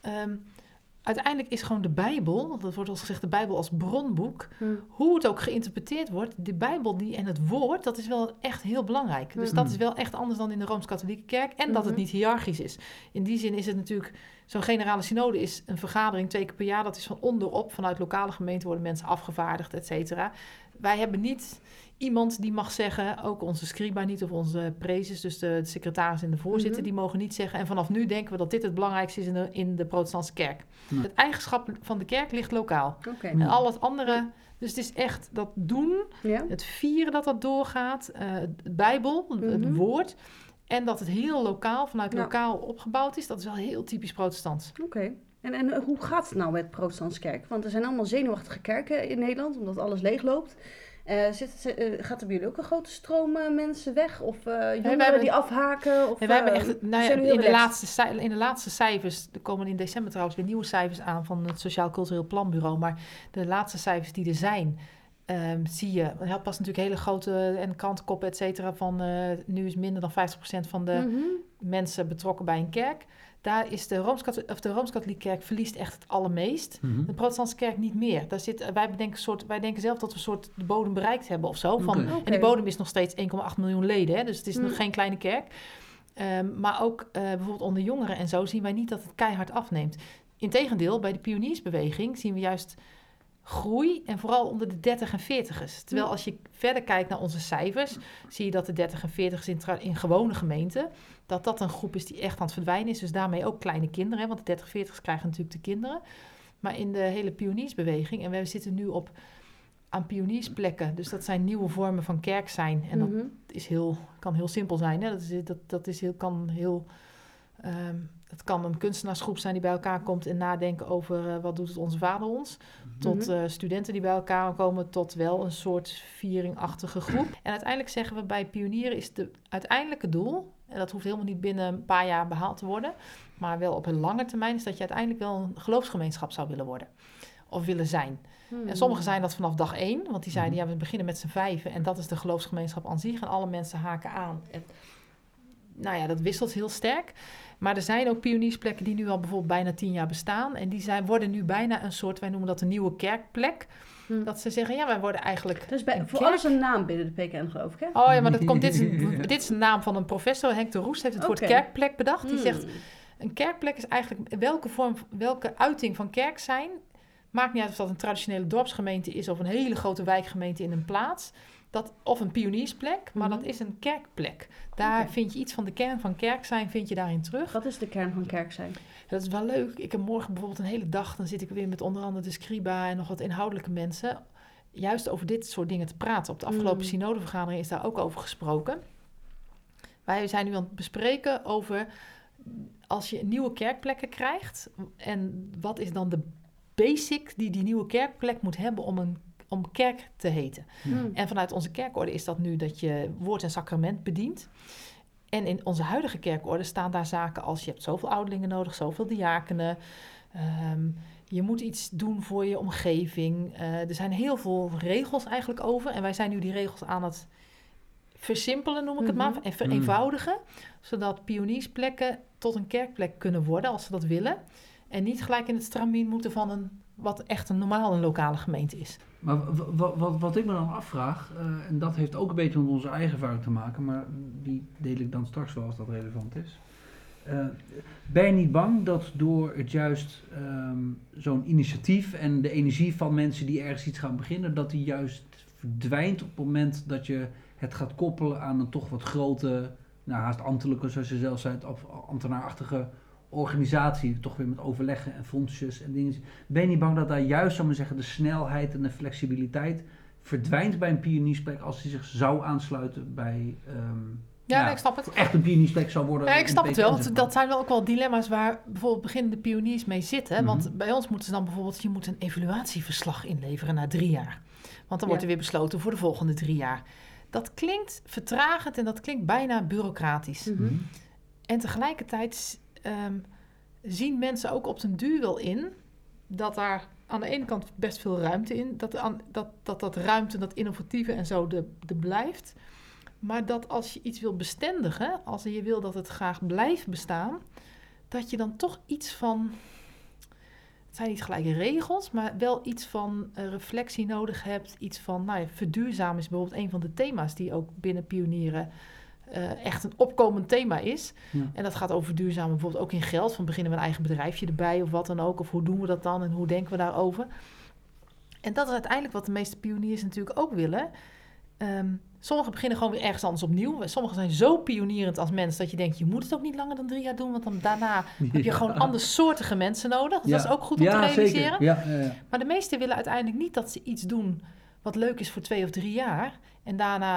Speaker 4: uiteindelijk is gewoon de Bijbel, dat wordt als gezegd de Bijbel als bronboek, hoe het ook geïnterpreteerd wordt, de Bijbel en het woord, dat is wel echt heel belangrijk. Dus dat is wel echt anders dan in de Rooms-Katholieke Kerk en dat het niet hiërarchisch is. In die zin is het natuurlijk, zo'n generale synode is een vergadering 2 keer per jaar, dat is van onderop, vanuit lokale gemeenten worden mensen afgevaardigd, et cetera. Wij hebben niet iemand die mag zeggen, ook onze scriba niet of onze prezes, dus de secretaris en de voorzitter, die mogen niet zeggen. En vanaf nu denken we dat dit het belangrijkste is in de Protestantse kerk. Het eigenschap van de kerk ligt lokaal. En al het andere, dus het is echt dat doen, het vieren dat doorgaat, het Bijbel, het woord. En dat het heel lokaal, vanuit lokaal opgebouwd is, dat is wel heel typisch protestants.
Speaker 5: Oké. En hoe gaat het nou met de protestantse kerk? Want er zijn allemaal zenuwachtige kerken in Nederland, omdat alles leegloopt. Gaat er bij jullie ook een grote stroom mensen weg? Of jongeren die afhaken? Of,
Speaker 4: wij hebben echt,
Speaker 5: zijn jullie
Speaker 4: in de laatste cijfers, er komen in december trouwens weer nieuwe cijfers aan van het Sociaal Cultureel Planbureau, maar de laatste cijfers die er zijn, zie je, je had pas natuurlijk hele grote en krantenkoppen, et cetera, van nu is minder dan 50% van de mensen betrokken bij een kerk. Daar is de Rooms-Katholieke Kerk verliest echt het allermeest.
Speaker 3: Mhm.
Speaker 4: De Protestantse Kerk niet meer. Wij denken zelf dat we een soort de bodem bereikt hebben of zo.
Speaker 3: Oké.
Speaker 4: En die bodem is nog steeds 1,8 miljoen leden. Hè? Dus het is nog geen kleine kerk. Maar ook bijvoorbeeld onder jongeren en zo zien wij niet dat het keihard afneemt. Integendeel, bij de pioniersbeweging zien we juist groei en vooral onder de 30 en 40ers. Terwijl als je verder kijkt naar onze cijfers, zie je dat de 30 en 40ers in gewone gemeenten, dat een groep is die echt aan het verdwijnen is. Dus daarmee ook kleine kinderen, hè, want de 30 40ers krijgen natuurlijk de kinderen. Maar in de hele pioniersbeweging, en we zitten nu aan pioniersplekken, dus dat zijn nieuwe vormen van kerk zijn. En dat is kan heel simpel zijn. Hè? Het kan een kunstenaarsgroep zijn die bij elkaar komt en nadenken over wat doet het onze vader ons. Tot studenten die bij elkaar komen, tot wel een soort vieringachtige groep. En uiteindelijk zeggen we bij pionieren is het uiteindelijke doel, en dat hoeft helemaal niet binnen een paar jaar behaald te worden, maar wel op een lange termijn, is dat je uiteindelijk wel een geloofsgemeenschap zou willen worden. Of willen zijn. En sommigen zijn dat vanaf dag 1, want die zeiden, we beginnen met z'n 5 en dat is de geloofsgemeenschap aan zich en alle mensen haken aan. En, dat wisselt heel sterk. Maar er zijn ook pioniersplekken die nu al bijvoorbeeld bijna 10 jaar bestaan. En die worden nu bijna een soort, wij noemen dat een nieuwe kerkplek. Dat ze zeggen, wij worden eigenlijk
Speaker 5: Dus voor alles een naam binnen de PKN, geloof ik, hè?
Speaker 4: Oh ja, maar dit is een naam van een professor. Henk de Roest heeft het woord kerkplek bedacht. Die zegt, een kerkplek is eigenlijk welke uiting van kerk zijn. Maakt niet uit of dat een traditionele dorpsgemeente is of een hele grote wijkgemeente in een plaats. Of een pioniersplek, maar dat is een kerkplek. Daar vind je iets van de kern van kerk zijn, vind je daarin terug.
Speaker 5: Wat is de kern van kerk zijn?
Speaker 4: Dat is wel leuk. Ik heb morgen bijvoorbeeld een hele dag, dan zit ik weer met onder andere de Scriba en nog wat inhoudelijke mensen, juist over dit soort dingen te praten. Op de afgelopen synodevergadering is daar ook over gesproken. Wij zijn nu aan het bespreken over, als je nieuwe kerkplekken krijgt, en wat is dan de basic die nieuwe kerkplek moet hebben om kerk te heten. En vanuit onze kerkorde is dat nu dat je woord en sacrament bedient. En in onze huidige kerkorde staan daar zaken als je hebt zoveel ouderlingen nodig, zoveel diakenen. Je moet iets doen voor je omgeving. Er zijn heel veel regels eigenlijk over. En wij zijn nu die regels aan het versimpelen, noem ik het maar, en vereenvoudigen. Zodat pioniersplekken tot een kerkplek kunnen worden als ze dat willen. En niet gelijk in het stramien moeten van wat echt een lokale gemeente is.
Speaker 3: Maar wat ik me dan afvraag, en dat heeft ook een beetje met onze eigen ervaring te maken, maar die deel ik dan straks wel als dat relevant is. Ben je niet bang dat door het juist zo'n initiatief en de energie van mensen die ergens iets gaan beginnen, dat die juist verdwijnt op het moment dat je het gaat koppelen aan een toch wat grote, haast ambtelijke, zoals je zelf zei, of ambtenaarachtige organisatie, toch weer met overleggen en fondsjes en dingen. Ben je niet bang dat daar juist, zou maar zeggen, de snelheid en de flexibiliteit verdwijnt bij een pioniersplek als die zich zou aansluiten bij
Speaker 4: ik snap het.
Speaker 3: Echt een pioniersplek zou worden?
Speaker 4: Ja, ik snap het wel, want dat zijn wel ook wel dilemma's waar bijvoorbeeld beginnende pioniers mee zitten. Want bij ons moeten ze dan bijvoorbeeld, je moet een evaluatieverslag inleveren na 3 jaar. Want dan wordt er weer besloten voor de volgende 3 jaar. Dat klinkt vertragend en dat klinkt bijna bureaucratisch. En tegelijkertijd zien mensen ook op den duur wel in dat daar aan de ene kant best veel ruimte in, dat ruimte, dat innovatieve en zo de blijft. Maar dat als je iets wil bestendigen, als je wil dat het graag blijft bestaan, dat je dan toch iets van, het zijn niet gelijk regels, maar wel iets van reflectie nodig hebt. Iets van, verduurzamen is bijvoorbeeld een van de thema's die ook binnen pionieren echt een opkomend thema is. Ja. En dat gaat over verduurzamen bijvoorbeeld ook in geld. Van beginnen we een eigen bedrijfje erbij of wat dan ook. Of hoe doen we dat dan en hoe denken we daarover. En dat is uiteindelijk wat de meeste pioniers natuurlijk ook willen. Sommigen beginnen gewoon weer ergens anders opnieuw. Sommigen zijn zo pionierend als mens dat je denkt, je moet het ook niet langer dan 3 jaar doen. Want dan daarna heb je gewoon andersoortige mensen nodig. Dus dat is ook goed om te realiseren.
Speaker 3: Ja.
Speaker 4: Maar de meesten willen uiteindelijk niet dat ze iets doen wat leuk is voor 2 of 3 jaar. En daarna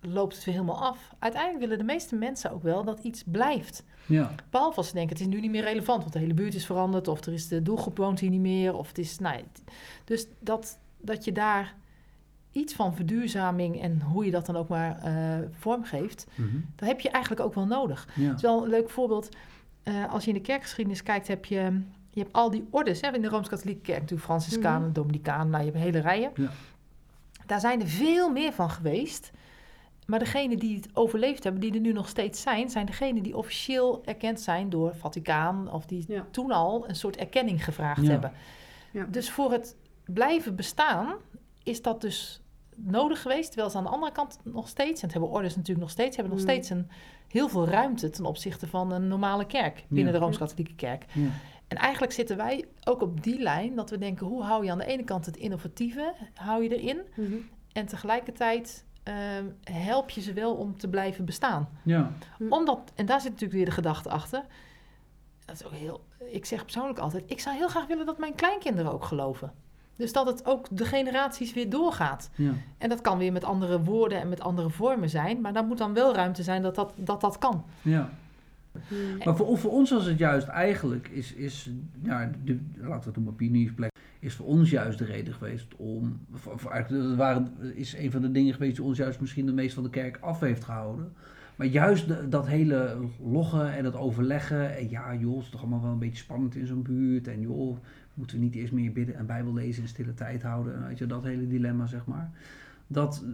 Speaker 4: loopt het weer helemaal af. Uiteindelijk willen de meeste mensen ook wel dat iets blijft.
Speaker 3: Ja.
Speaker 4: Behalve als ze denken, het is nu niet meer relevant, want de hele buurt is veranderd, of er is de doelgroep woont hier niet meer, of het is, dus dat je daar iets van verduurzaming en hoe je dat dan ook maar vormgeeft, dat heb je eigenlijk ook wel nodig.
Speaker 3: Ja.
Speaker 4: Het is wel een leuk voorbeeld. Als je in de kerkgeschiedenis kijkt, je hebt al die ordes, hè, in de Rooms-Katholieke kerk, natuurlijk Franciscanen, Dominicanen, je hebt hele rijen.
Speaker 3: Ja.
Speaker 4: Daar zijn er veel meer van geweest. Maar degenen die het overleefd hebben, die er nu nog steeds zijn degenen die officieel erkend zijn door het Vaticaan, of die toen al een soort erkenning gevraagd hebben.
Speaker 5: Ja.
Speaker 4: Dus voor het blijven bestaan is dat dus nodig geweest, terwijl ze aan de andere kant nog steeds, en het hebben ordes natuurlijk nog steeds, hebben nog steeds heel veel ruimte ten opzichte van een normale kerk binnen de Rooms-Katholieke kerk.
Speaker 3: Ja.
Speaker 4: En eigenlijk zitten wij ook op die lijn, dat we denken, hoe hou je aan de ene kant het innovatieve, hou je erin, en tegelijkertijd help je ze wel om te blijven bestaan.
Speaker 3: Ja.
Speaker 4: Omdat, en daar zit natuurlijk weer de gedachte achter, dat is ook ik zeg persoonlijk altijd, ik zou heel graag willen dat mijn kleinkinderen ook geloven. Dus dat het ook de generaties weer doorgaat.
Speaker 3: Ja.
Speaker 4: En dat kan weer met andere woorden en met andere vormen zijn, maar daar moet dan wel ruimte zijn dat kan.
Speaker 3: Ja. Maar voor ons was het juist eigenlijk, laten we het noemen pioniersplek, is voor ons juist de reden geweest om, is een van de dingen geweest die ons juist misschien de meest van de kerk af heeft gehouden. Maar juist dat hele loggen en dat overleggen, en ja joh, het is toch allemaal wel een beetje spannend in zo'n buurt, en joh, moeten we niet eerst meer bidden en Bijbel lezen en stille tijd houden, en weet je, dat hele dilemma zeg maar. Dat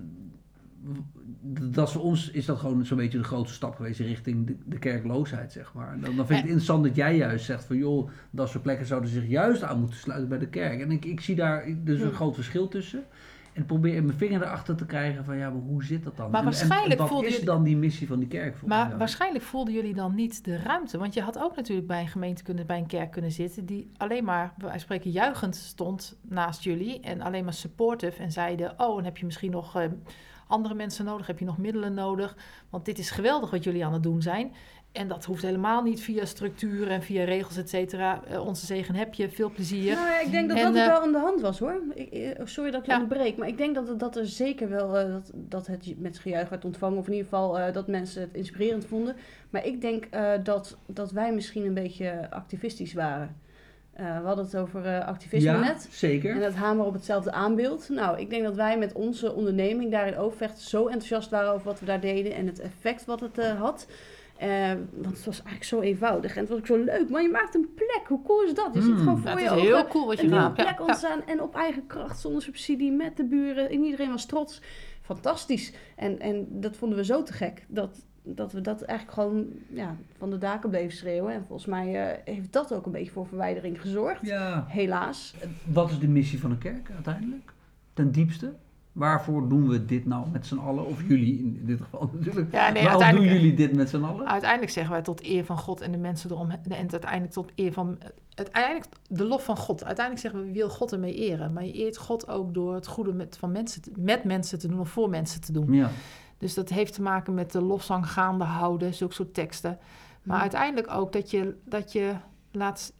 Speaker 3: voor ons is dat gewoon zo'n beetje de grootste stap geweest richting de kerkloosheid, zeg maar. Dan vind ik het interessant dat jij juist zegt van joh, dat soort plekken zouden zich juist aan moeten sluiten bij de kerk. En ik zie daar dus een groot verschil tussen. En probeer mijn vinger erachter te krijgen van ja, maar hoe zit dat dan?
Speaker 4: Maar waarschijnlijk
Speaker 3: wat is dan die missie van die kerk?
Speaker 4: Maar waarschijnlijk voelden jullie dan niet de ruimte. Want je had ook natuurlijk bij een gemeente bij een kerk kunnen zitten die alleen maar, wij spreken, juichend stond naast jullie en alleen maar supportive en zeiden, en heb je misschien nog andere mensen nodig? Heb je nog middelen nodig? Want dit is geweldig wat jullie aan het doen zijn. En dat hoeft helemaal niet via structuur en via regels, et cetera. Onze zegen heb je, veel plezier.
Speaker 5: Nou ja, ik denk dat het wel aan de hand was, hoor. Sorry dat ik onderbreek, maar ik denk dat er zeker wel dat het met gejuich werd ontvangen, of in ieder geval dat mensen het inspirerend vonden. Maar ik denk dat wij misschien een beetje activistisch waren. We hadden het over activisme net.
Speaker 3: Zeker. En
Speaker 5: dat hameren op hetzelfde aanbeeld. Nou, ik denk dat wij met onze onderneming daar in Overvecht zo enthousiast waren over wat we daar deden en het effect wat het had. Want het was eigenlijk zo eenvoudig en het was ook zo leuk. Maar je maakt een plek. Hoe cool is dat? Je zit gewoon voor je ogen.
Speaker 4: Het is heel cool wat je
Speaker 5: een
Speaker 4: gedaan.
Speaker 5: plek ontstaan en op eigen kracht, zonder subsidie, met de buren. En iedereen was trots. Fantastisch. En dat vonden we zo te gek. Dat we dat eigenlijk gewoon van de daken bleven schreeuwen. En volgens mij heeft dat ook een beetje voor verwijdering gezorgd. Ja. Helaas.
Speaker 3: Wat is de missie van een kerk uiteindelijk? Ten diepste? Waarvoor doen we dit nou met z'n allen? Of jullie in dit geval natuurlijk. Waarom doen jullie dit met z'n allen?
Speaker 4: Uiteindelijk zeggen wij tot eer van God en de mensen erom. En uiteindelijk tot eer van... Uiteindelijk de lof van God. Uiteindelijk zeggen we, wie wil God ermee eren. Maar je eert God ook door het goede met mensen te doen of voor mensen te doen. Ja. Dus dat heeft te maken met de lofzang gaande houden. Zulke soort teksten. Maar uiteindelijk ook dat je laat...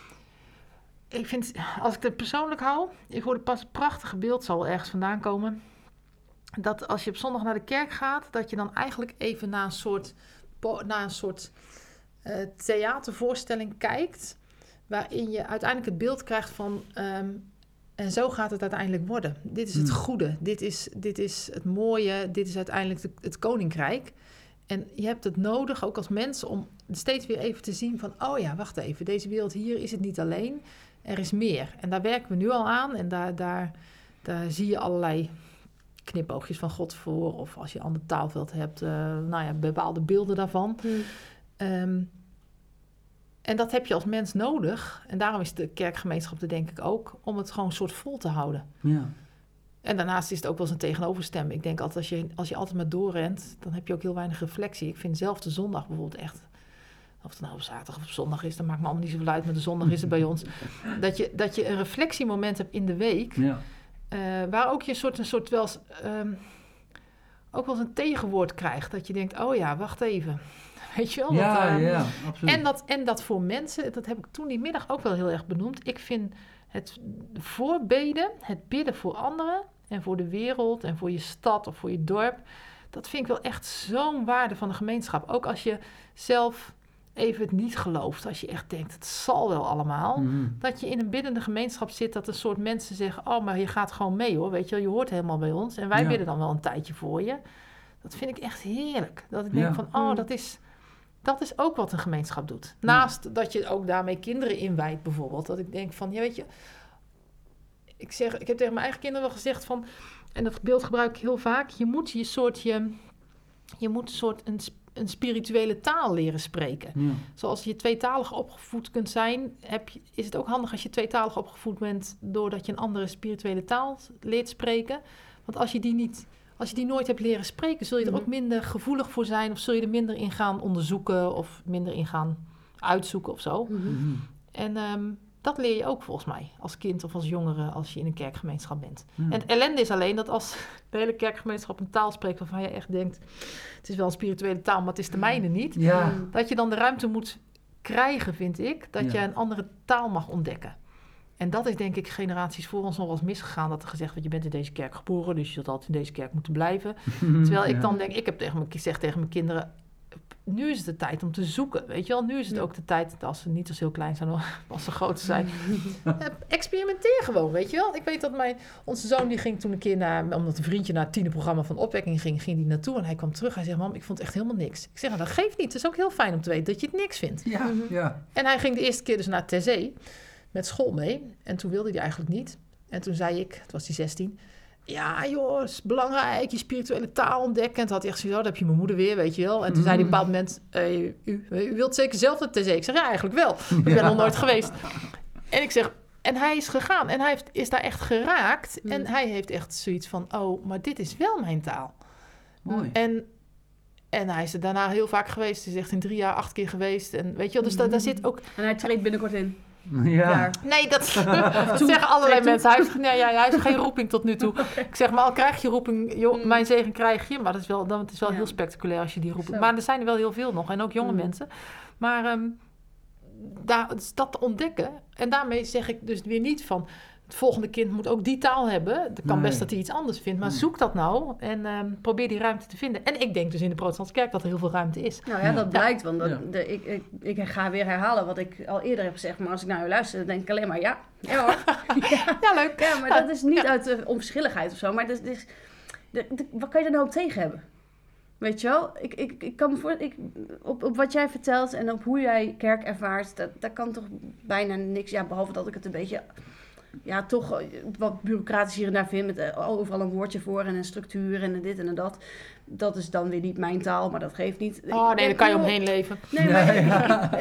Speaker 4: Ik vind, als ik het persoonlijk hou, ik hoorde pas een prachtige beeld, zal ergens vandaan komen, dat als je op zondag naar de kerk gaat, dat je dan eigenlijk even naar een soort theatervoorstelling kijkt, waarin je uiteindelijk het beeld krijgt van, en zo gaat het uiteindelijk worden. Dit is het goede, dit is het mooie, dit is uiteindelijk het koninkrijk. En je hebt het nodig, ook als mens, om steeds weer even te zien van, oh ja, wacht even, deze wereld hier is het niet alleen. Er is meer. En daar werken we nu al aan. En daar zie je allerlei knipoogjes van God voor. Of als je een ander taalveld hebt, bepaalde beelden daarvan. En dat heb je als mens nodig. En daarom is de kerkgemeenschap er denk ik ook, om het gewoon een soort vol te houden. Ja. En daarnaast is het ook wel eens een tegenoverstem. Ik denk altijd, als je altijd maar doorrent, dan heb je ook heel weinig reflectie. Ik vind zelf de zondag bijvoorbeeld echt... Of het nou op zaterdag of op zondag is, dat maakt me allemaal niet zoveel uit. Maar de zondag is het bij ons. Dat je een reflectiemoment hebt in de week. Ja. Waar ook je een soort wel eens, ook wel eens een tegenwoord krijgt. Dat je denkt, oh ja, wacht even. Weet je wel?
Speaker 3: Ja, absoluut.
Speaker 4: En dat voor mensen, dat heb ik toen die middag ook wel heel erg benoemd. Ik vind het voorbeden, het bidden voor anderen en voor de wereld en voor je stad of voor je dorp... Dat vind ik wel echt zo'n waarde van de gemeenschap. Ook als je zelf even het niet gelooft. Als je echt denkt, het zal wel allemaal. Dat je in een biddende gemeenschap zit, dat een soort mensen zeggen, oh, maar je gaat gewoon mee hoor. Weet je wel, je hoort helemaal bij ons. En wij bidden dan wel een tijdje voor je. Dat vind ik echt heerlijk. Dat ik denk van, oh, dat is ook wat een gemeenschap doet. Naast dat je ook daarmee kinderen inwijdt bijvoorbeeld. Dat ik denk van, ja weet je, ik heb tegen mijn eigen kinderen wel gezegd van, en dat beeld gebruik ik heel vaak, je moet een spirituele taal leren spreken. Ja. Zoals je tweetalig opgevoed kunt zijn, is het ook handig als je tweetalig opgevoed bent doordat je een andere spirituele taal leert spreken. Want als je die nooit hebt leren spreken, zul je er ook minder gevoelig voor zijn of zul je er minder in gaan onderzoeken of minder in gaan uitzoeken of zo. En dat leer je ook volgens mij als kind of als jongere als je in een kerkgemeenschap bent. En het ellende is alleen dat als de hele kerkgemeenschap een taal spreekt waarvan je echt denkt, het is wel een spirituele taal, maar het is de mijne niet. Ja. Dat je dan de ruimte moet krijgen, vind ik, dat je een andere taal mag ontdekken. En dat is denk ik generaties voor ons nog wel eens misgegaan. Dat er gezegd wordt, je bent in deze kerk geboren, dus je zult altijd in deze kerk moeten blijven. Terwijl ik dan denk, ik heb gezegd tegen mijn kinderen, nu is het de tijd om te zoeken, weet je wel. Nu is het ook de tijd, als ze niet zo heel klein zijn, als ze groter zijn. Experimenteer gewoon, weet je wel. Ik weet dat onze zoon, die ging toen een keer omdat een vriendje naar het 10e programma van opwekking ging die naartoe. En hij kwam terug, hij zegt, mam, ik vond het echt helemaal niks. Ik zeg, nou, dat geeft niet. Het is ook heel fijn om te weten dat je het niks vindt. Ja. En hij ging de eerste keer dus naar Terzee met school mee. En toen wilde hij eigenlijk niet. En toen zei ik, het was die 16... Ja, joh, het is belangrijk, je spirituele taal ontdekken. En toen had hij echt zoiets, dat heb je mijn moeder weer, weet je wel. En toen zei hij op een bepaald moment, u wilt zeker zelf naar Terzee? Ik zeg, ja, eigenlijk wel. Ik ben nog nooit geweest. En ik zeg, en hij is gegaan. En hij is daar echt geraakt. En hij heeft echt zoiets van, oh, maar dit is wel mijn taal. Mooi. En hij is er daarna heel vaak geweest. Hij is echt in 3 jaar 8 keer geweest. En weet je wel, dus daar zit ook...
Speaker 5: En hij treedt binnenkort in.
Speaker 4: Ja. Nee, dat zeggen allerlei mensen. Hij heeft geen roeping tot nu toe. Okay. Ik zeg maar, al krijg je roeping, joh, mijn zegen krijg je. Maar het is wel heel spectaculair als je die roeping... Maar er zijn er wel heel veel nog. En ook jonge mensen. Maar dat ontdekken. En daarmee zeg ik dus weer niet van... Het volgende kind moet ook die taal hebben. Het kan best dat hij iets anders vindt. Maar zoek dat nou en probeer die ruimte te vinden. En ik denk dus in de protestantse kerk dat er heel veel ruimte is.
Speaker 5: Nou ja, dat blijkt. Want ik ga weer herhalen wat ik al eerder heb gezegd. Maar als ik naar u luister, dan denk ik alleen maar ja. Ja hoor.
Speaker 4: Ja, leuk.
Speaker 5: Ja, maar dat is niet uit onverschilligheid of zo. Maar wat kan je er nou op tegen hebben? Weet je wel? Ik kan me voor... Op wat jij vertelt en op hoe jij kerk ervaart... daar kan toch bijna niks... Ja, behalve dat ik het een beetje... Ja, toch wat bureaucratisch hier en daar vind met overal een woordje voor en een structuur en dit en dat. Dat is dan weer niet mijn taal, maar dat geeft niet.
Speaker 4: Oh nee, daar kan je omheen leven.
Speaker 5: Nee, maar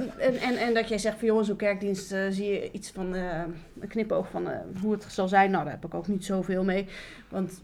Speaker 5: en dat jij zegt van jongens, zo'n kerkdienst zie je iets van een knipoog van hoe het zal zijn. Nou, daar heb ik ook niet zoveel mee. Want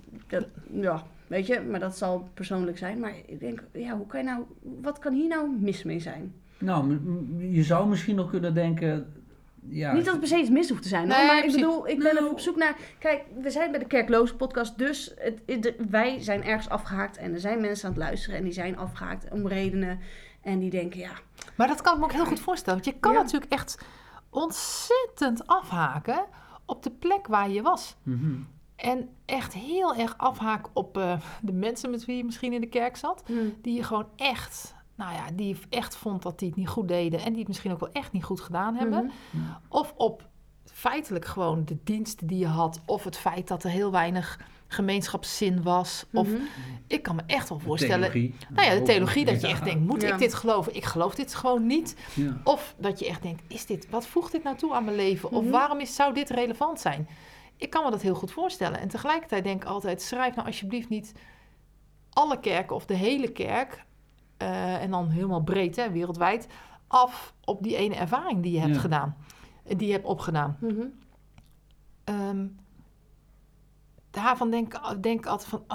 Speaker 5: weet je, maar dat zal persoonlijk zijn. Maar ik denk, ja, wat kan hier nou mis mee zijn?
Speaker 3: Nou, je zou misschien nog kunnen denken... Ja.
Speaker 5: Niet dat het per se iets mis hoeft te zijn. Nee, maar ik bedoel, ik ben even op zoek naar... Kijk, we zijn bij de Kerkloze podcast, dus wij zijn ergens afgehaakt. En er zijn mensen aan het luisteren en die zijn afgehaakt om redenen. En die denken, ja...
Speaker 4: Maar dat kan ik me ook heel goed voorstellen. Want je kan natuurlijk echt ontzettend afhaken op de plek waar je was. Mm-hmm. En echt heel erg afhaken op de mensen met wie je misschien in de kerk zat. Die je gewoon echt... Nou ja, die echt vond dat die het niet goed deden... en die het misschien ook wel echt niet goed gedaan hebben. Mm-hmm. Of op feitelijk gewoon de diensten die je had... of het feit dat er heel weinig gemeenschapszin was. Mm-hmm. Of ik kan me echt wel voorstellen... de theologie dat je echt denkt... moet ik dit geloven? Ik geloof dit gewoon niet. Ja. Of dat je echt denkt... wat voegt dit nou toe aan mijn leven? Mm-hmm. Of waarom zou dit relevant zijn? Ik kan me dat heel goed voorstellen. En tegelijkertijd denk ik altijd... schrijf nou alsjeblieft niet alle kerken of de hele kerk... en dan helemaal breed, wereldwijd... af op die ene ervaring die je hebt gedaan. Die je hebt opgedaan. Mm-hmm. Daarvan denk ik altijd van...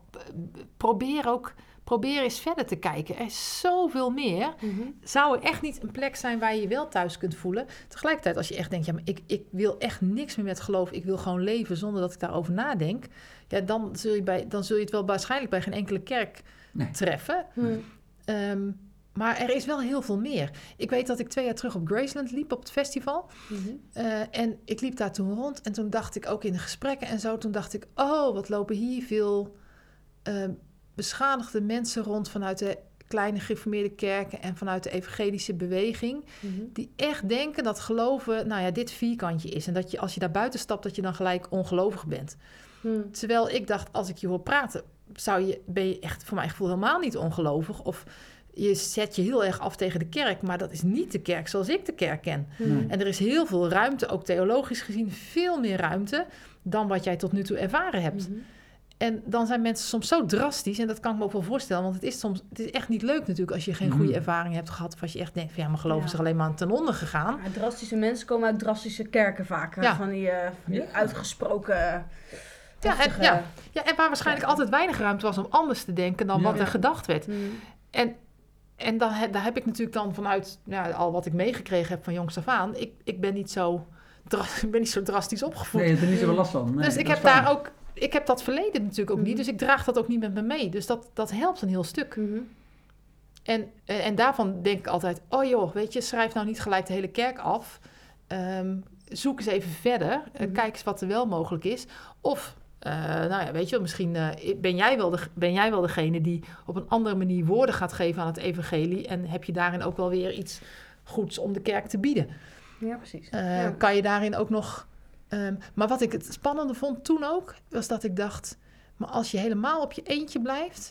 Speaker 4: probeer eens verder te kijken. Er is zoveel meer. Mm-hmm. Zou er echt niet een plek zijn waar je je wel thuis kunt voelen? Tegelijkertijd als je echt denkt... ja, maar ik wil echt niks meer met geloof. Ik wil gewoon leven zonder dat ik daarover nadenk. Ja, dan zul je het wel waarschijnlijk bij geen enkele kerk treffen... Mm. Maar er is wel heel veel meer. Ik weet dat ik 2 jaar terug op Graceland liep op het festival. Mm-hmm. En ik liep daar toen rond. En toen dacht ik ook in de gesprekken en zo... toen dacht ik, wat lopen hier veel beschadigde mensen rond vanuit de kleine gereformeerde kerken en vanuit de evangelische beweging, die echt denken dat geloven, dit vierkantje is. En dat je als je daar buiten stapt, dat je dan gelijk ongelovig bent. Terwijl ik dacht, als ik je hoor praten, ben je echt voor mijn gevoel helemaal niet ongelovig. Of je zet je heel erg af tegen de kerk, maar dat is niet de kerk zoals ik de kerk ken. En er is heel veel ruimte, ook theologisch gezien, veel meer ruimte dan wat jij tot nu toe ervaren hebt. En dan zijn mensen soms zo drastisch, en dat kan ik me ook wel voorstellen, want het is echt niet leuk natuurlijk als je geen goede ervaring hebt gehad, of als je echt denkt van mijn geloof is er alleen maar ten onder gegaan.
Speaker 5: Ja, drastische mensen komen uit drastische kerken vaak. Van die uitgesproken...
Speaker 4: En waar waarschijnlijk altijd weinig ruimte was om anders te denken dan wat er gedacht werd. En daar heb ik natuurlijk dan vanuit al wat ik meegekregen heb van jongs af aan, ik ben niet zo drastisch opgevoed.
Speaker 3: Nee, je hebt er niet zoveel last van. Nee,
Speaker 4: dus ik heb dat verleden natuurlijk ook niet, dus ik draag dat ook niet met me mee. Dus dat helpt een heel stuk. En daarvan denk ik altijd, weet je, schrijf nou niet gelijk de hele kerk af. Zoek eens even verder. Kijk eens wat er wel mogelijk is. Of, weet je, misschien ben jij wel degene die op een andere manier woorden gaat geven aan het evangelie. En heb je daarin ook wel weer iets goeds om de kerk te bieden.
Speaker 5: Ja, precies.
Speaker 4: Kan je daarin ook nog... maar wat ik het spannende vond toen ook, was dat ik dacht, maar als je helemaal op je eentje blijft,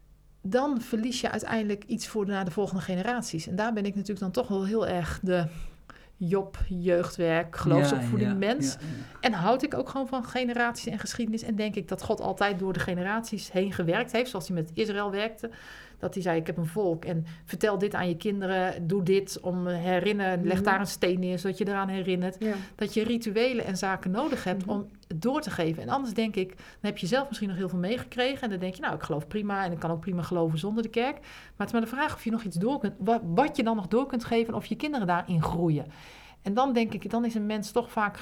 Speaker 4: dan verlies je uiteindelijk iets naar de volgende generaties. En daar ben ik natuurlijk dan toch wel heel erg de Job, jeugdwerk, geloofsopvoeding mens. Ja. En houd ik ook gewoon van generaties en geschiedenis. En denk ik dat God altijd door de generaties heen gewerkt heeft, zoals hij met Israël werkte. Dat hij zei, ik heb een volk en vertel dit aan je kinderen. Doe dit om herinneren. Leg daar een steen neer, zodat je eraan herinnert. Ja. Dat je rituelen en zaken nodig hebt om het door te geven. En anders denk ik, dan heb je zelf misschien nog heel veel meegekregen. En dan denk je, ik geloof prima. En ik kan ook prima geloven zonder de kerk. Maar het is maar de vraag of je nog iets door kunt. Wat je dan nog door kunt geven. Of je kinderen daarin groeien. En dan denk ik, dan is een mens toch vaak...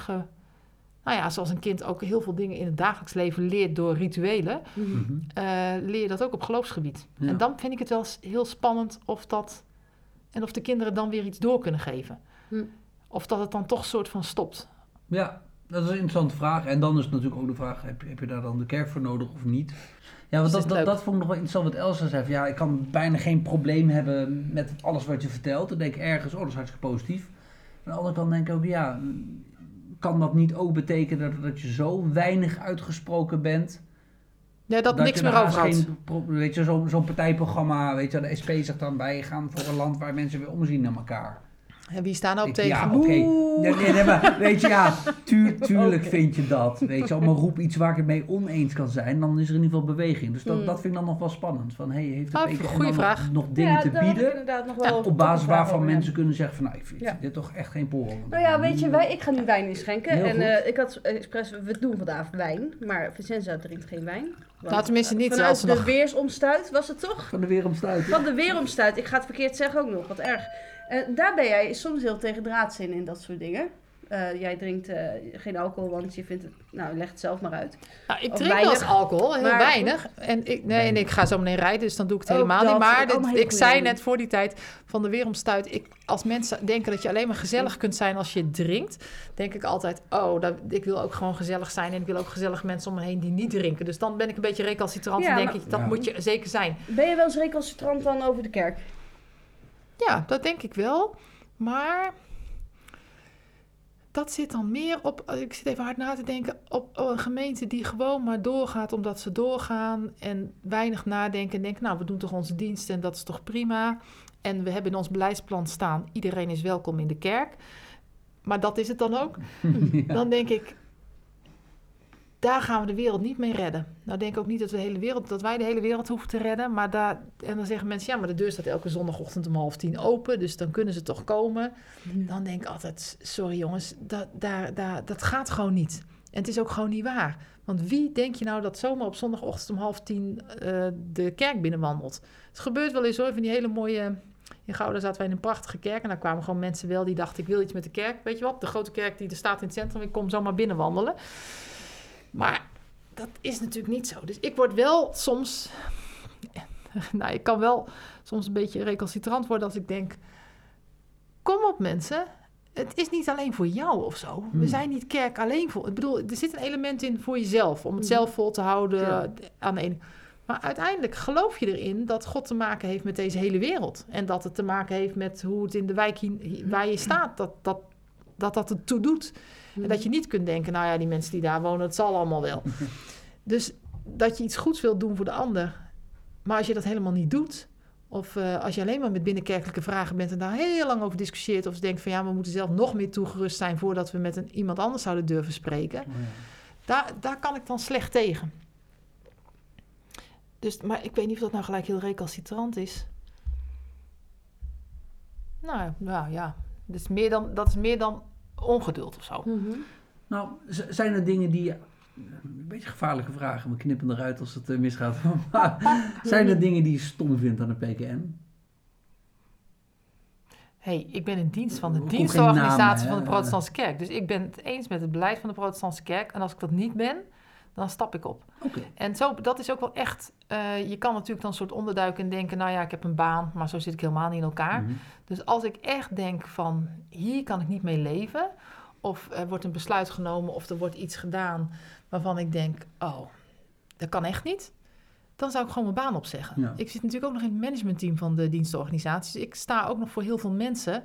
Speaker 4: zoals een kind ook heel veel dingen in het dagelijks leven leert door rituelen, leer je dat ook op geloofsgebied. Ja. En dan vind ik het wel heel spannend of de kinderen dan weer iets door kunnen geven. Of dat het dan toch soort van stopt.
Speaker 3: Ja, dat is een interessante vraag. En dan is het natuurlijk ook de vraag, heb je daar dan de kerk voor nodig of niet? Ja, want dat vond ik nog wel interessant wat Elsa zei. Ik kan bijna geen probleem hebben met alles wat je vertelt. Dan denk ik ergens, dat is hartstikke positief. Aan de andere kant denk ik ook, kan dat niet ook betekenen dat je zo weinig uitgesproken bent?
Speaker 4: Ja, dat niks meer over had.
Speaker 3: Weet je, zo'n partijprogramma, weet je, de SP zegt dan, wij gaan voor een land waar mensen weer omzien naar elkaar.
Speaker 4: En wie staan nou op tegen?
Speaker 3: Ja, oké. Nee, maar weet je, tuurlijk vind je dat. Weet je, maar roep iets waar ik het mee oneens kan zijn, dan is er in ieder geval beweging. Dus dat vind ik dan nog wel spannend. Van, heeft het nog dingen te bieden?
Speaker 5: Nog wel
Speaker 3: op basis waarvan mensen kunnen zeggen van, ik vind dit toch echt geen porrel.
Speaker 5: Weet je, ik ga nu wijn inschenken. En ik had expres, we doen vandaag wijn, maar Vincenza drinkt geen wijn.
Speaker 4: Tenminste niet.
Speaker 5: Vanuit de weersomstuit was het toch?
Speaker 3: Van de weeromstuit.
Speaker 5: Van de weeromstuit. Ik ga het verkeerd zeggen ook nog, wat erg. Daar ben jij soms heel tegendraads in dat soort dingen. Jij drinkt geen alcohol, want je vindt het... leg het zelf maar uit.
Speaker 4: Nou, ik drink wel eens alcohol, heel weinig. En ik ga zo meteen rijden, dus dan doe ik het helemaal niet. Maar ik zei net voor die tijd van de weeromstuit... Als mensen denken dat je alleen maar gezellig kunt zijn als je drinkt... denk ik altijd, ik wil ook gewoon gezellig zijn... en ik wil ook gezellig mensen om me heen die niet drinken. Dus dan ben ik een beetje recalcitrant en denk ik, dat moet je zeker zijn.
Speaker 5: Ben je wel eens recalcitrant dan over de kerk?
Speaker 4: Ja, dat denk ik wel. Maar dat zit dan meer op... Ik zit even hard na te denken... op een gemeente die gewoon maar doorgaat omdat ze doorgaan... en weinig nadenken en denken... we doen toch onze dienst en dat is toch prima. En we hebben in ons beleidsplan staan... iedereen is welkom in de kerk. Maar dat is het dan ook. Ja. Dan denk ik... daar gaan we de wereld niet mee redden. Nou denk ik ook niet dat wij de hele wereld hoeven te redden. Maar en dan zeggen mensen, maar de deur staat elke zondagochtend om 9:30 open. Dus dan kunnen ze toch komen. Dan denk ik altijd, sorry jongens, dat gaat gewoon niet. En het is ook gewoon niet waar. Want wie denk je nou dat zomaar op zondagochtend om 9:30 de kerk binnenwandelt? Het gebeurt wel eens hoor, van die hele mooie... In Gouda zaten wij in een prachtige kerk en daar kwamen gewoon mensen wel die dachten, ik wil iets met de kerk. Weet je wat, de grote kerk die er staat in het centrum, ik kom zomaar binnenwandelen. Maar dat is natuurlijk niet zo. Dus ik word wel soms... ik kan wel soms een beetje recalcitrant worden als ik denk... Kom op mensen, het is niet alleen voor jou of zo. We zijn niet kerk alleen voor... Ik bedoel, er zit een element in voor jezelf. Om het zelf vol te houden aan de ene... Maar uiteindelijk geloof je erin dat God te maken heeft met deze hele wereld. En dat het te maken heeft met hoe het in de wijk waar je staat, dat het toe doet. En dat je niet kunt denken, nou ja, die mensen die daar wonen, het zal allemaal wel. Dus dat je iets goeds wilt doen voor de ander. Maar als je dat helemaal niet doet, of als je alleen maar met binnenkerkelijke vragen bent en daar heel lang over discussieert, of je denkt van ja, we moeten zelf nog meer toegerust zijn voordat we met iemand anders zouden durven spreken. Daar kan ik dan slecht tegen. Dus, maar ik weet niet of dat nou gelijk heel recalcitrant is. Nou ja, dat is meer dan ongeduld of zo.
Speaker 5: Mhm.
Speaker 3: Nou, zijn er dingen die... Een beetje gevaarlijke vragen, we knippen eruit als het misgaat. Maar zijn er dingen die je stom vindt aan de PKN?
Speaker 4: Ik ben in dienst van de
Speaker 3: Ook
Speaker 4: dienstorganisatie
Speaker 3: geen namen,
Speaker 4: van de Protestantse Kerk. Dus ik ben het eens met het beleid van de Protestantse Kerk. En als ik dat niet ben, dan stap ik op.
Speaker 3: Okay.
Speaker 4: En dat is ook wel echt... je kan natuurlijk dan een soort onderduiken en denken, nou ja, ik heb een baan, maar zo zit ik helemaal niet in elkaar.
Speaker 3: Mm-hmm.
Speaker 4: Dus als ik echt denk van, hier kan ik niet mee leven, of er wordt een besluit genomen, of er wordt iets gedaan waarvan ik denk, oh, dat kan echt niet, dan zou ik gewoon mijn baan opzeggen.
Speaker 3: Ja.
Speaker 4: Ik zit natuurlijk ook nog in het managementteam van de dienstenorganisaties. Dus ik sta ook nog voor heel veel mensen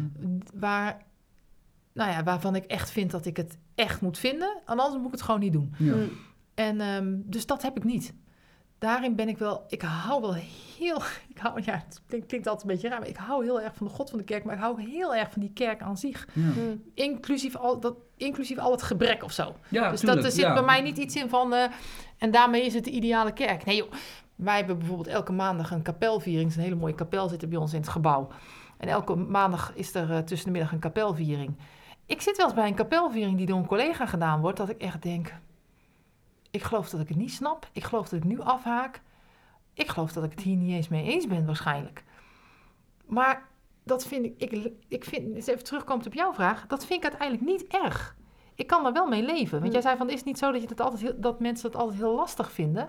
Speaker 4: waarvan ik echt vind dat ik het echt moet vinden. En anders moet ik het gewoon niet doen.
Speaker 3: Ja.
Speaker 4: En dus dat heb ik niet. Daarin ben ik wel... Ik hou wel heel... het klinkt altijd een beetje raar, maar ik hou heel erg van de God van de kerk, maar ik hou heel erg van die kerk aan zich.
Speaker 3: Ja.
Speaker 4: Inclusief al het gebrek of zo.
Speaker 3: Ja,
Speaker 4: dus
Speaker 3: tuurlijk,
Speaker 4: er zit bij mij niet iets in van... en daarmee is het de ideale kerk. Nee joh, wij hebben bijvoorbeeld elke maandag een kapelviering. Het is een hele mooie kapel, zit er bij ons in het gebouw. En elke maandag is er tussen de middag een kapelviering. Ik zit wel eens bij een kapelviering die door een collega gedaan wordt, dat ik echt denk... Ik geloof dat ik het niet snap. Ik geloof dat ik nu afhaak. Ik geloof dat ik het hier niet eens mee eens ben waarschijnlijk. Maar dat vind ik vind, eens even terugkomt op jouw vraag, dat vind ik uiteindelijk niet erg. Ik kan daar wel mee leven. Want jij zei van, is het niet zo dat mensen het altijd heel lastig vinden?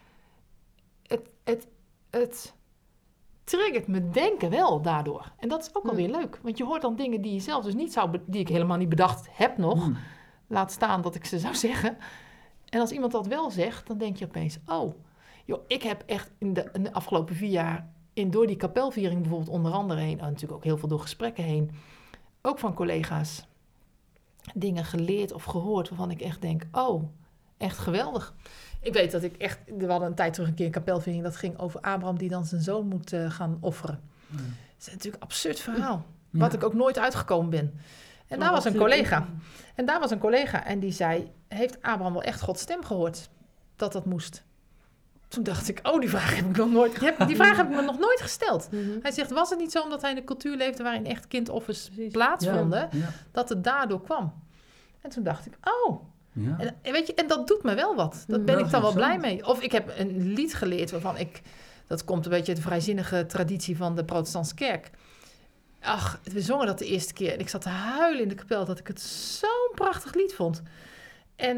Speaker 4: Het triggert me denken wel daardoor. En dat is ook alweer leuk. Want je hoort dan dingen die je zelf dus niet die ik helemaal niet bedacht heb nog. Laat staan dat ik ze zou zeggen. En als iemand dat wel zegt, dan denk je opeens... oh, joh, ik heb echt in de afgelopen 4 jaar... door die kapelviering bijvoorbeeld onder andere heen... en natuurlijk ook heel veel door gesprekken heen... ook van collega's... dingen geleerd of gehoord... waarvan ik echt denk, oh, echt geweldig. Ik weet dat ik echt... We hadden een tijd terug een keer een kapelviering... dat ging over Abraham die dan zijn zoon moet gaan offeren. Dat is natuurlijk een absurd verhaal... wat ik ook nooit uitgekomen ben... En daar was een collega. En die zei, heeft Abraham wel echt Gods stem gehoord? Dat moest. Toen dacht ik, die vraag heb ik nog nooit... Die vraag heb ik me nog nooit gesteld. Mm-hmm. Hij zegt, was het niet zo omdat hij in een cultuur leefde... waarin echt kindoffers plaatsvonden... dat het daardoor kwam? En toen dacht ik, Ja. En weet je, en dat doet me wel wat. Daar ben ik dan wel blij mee. Of ik heb een lied geleerd waarvan ik... Dat komt een beetje uit de vrijzinnige traditie van de Protestantse Kerk... Ach, we zongen dat de eerste keer. En ik zat te huilen in de kapel dat ik het zo'n prachtig lied vond. En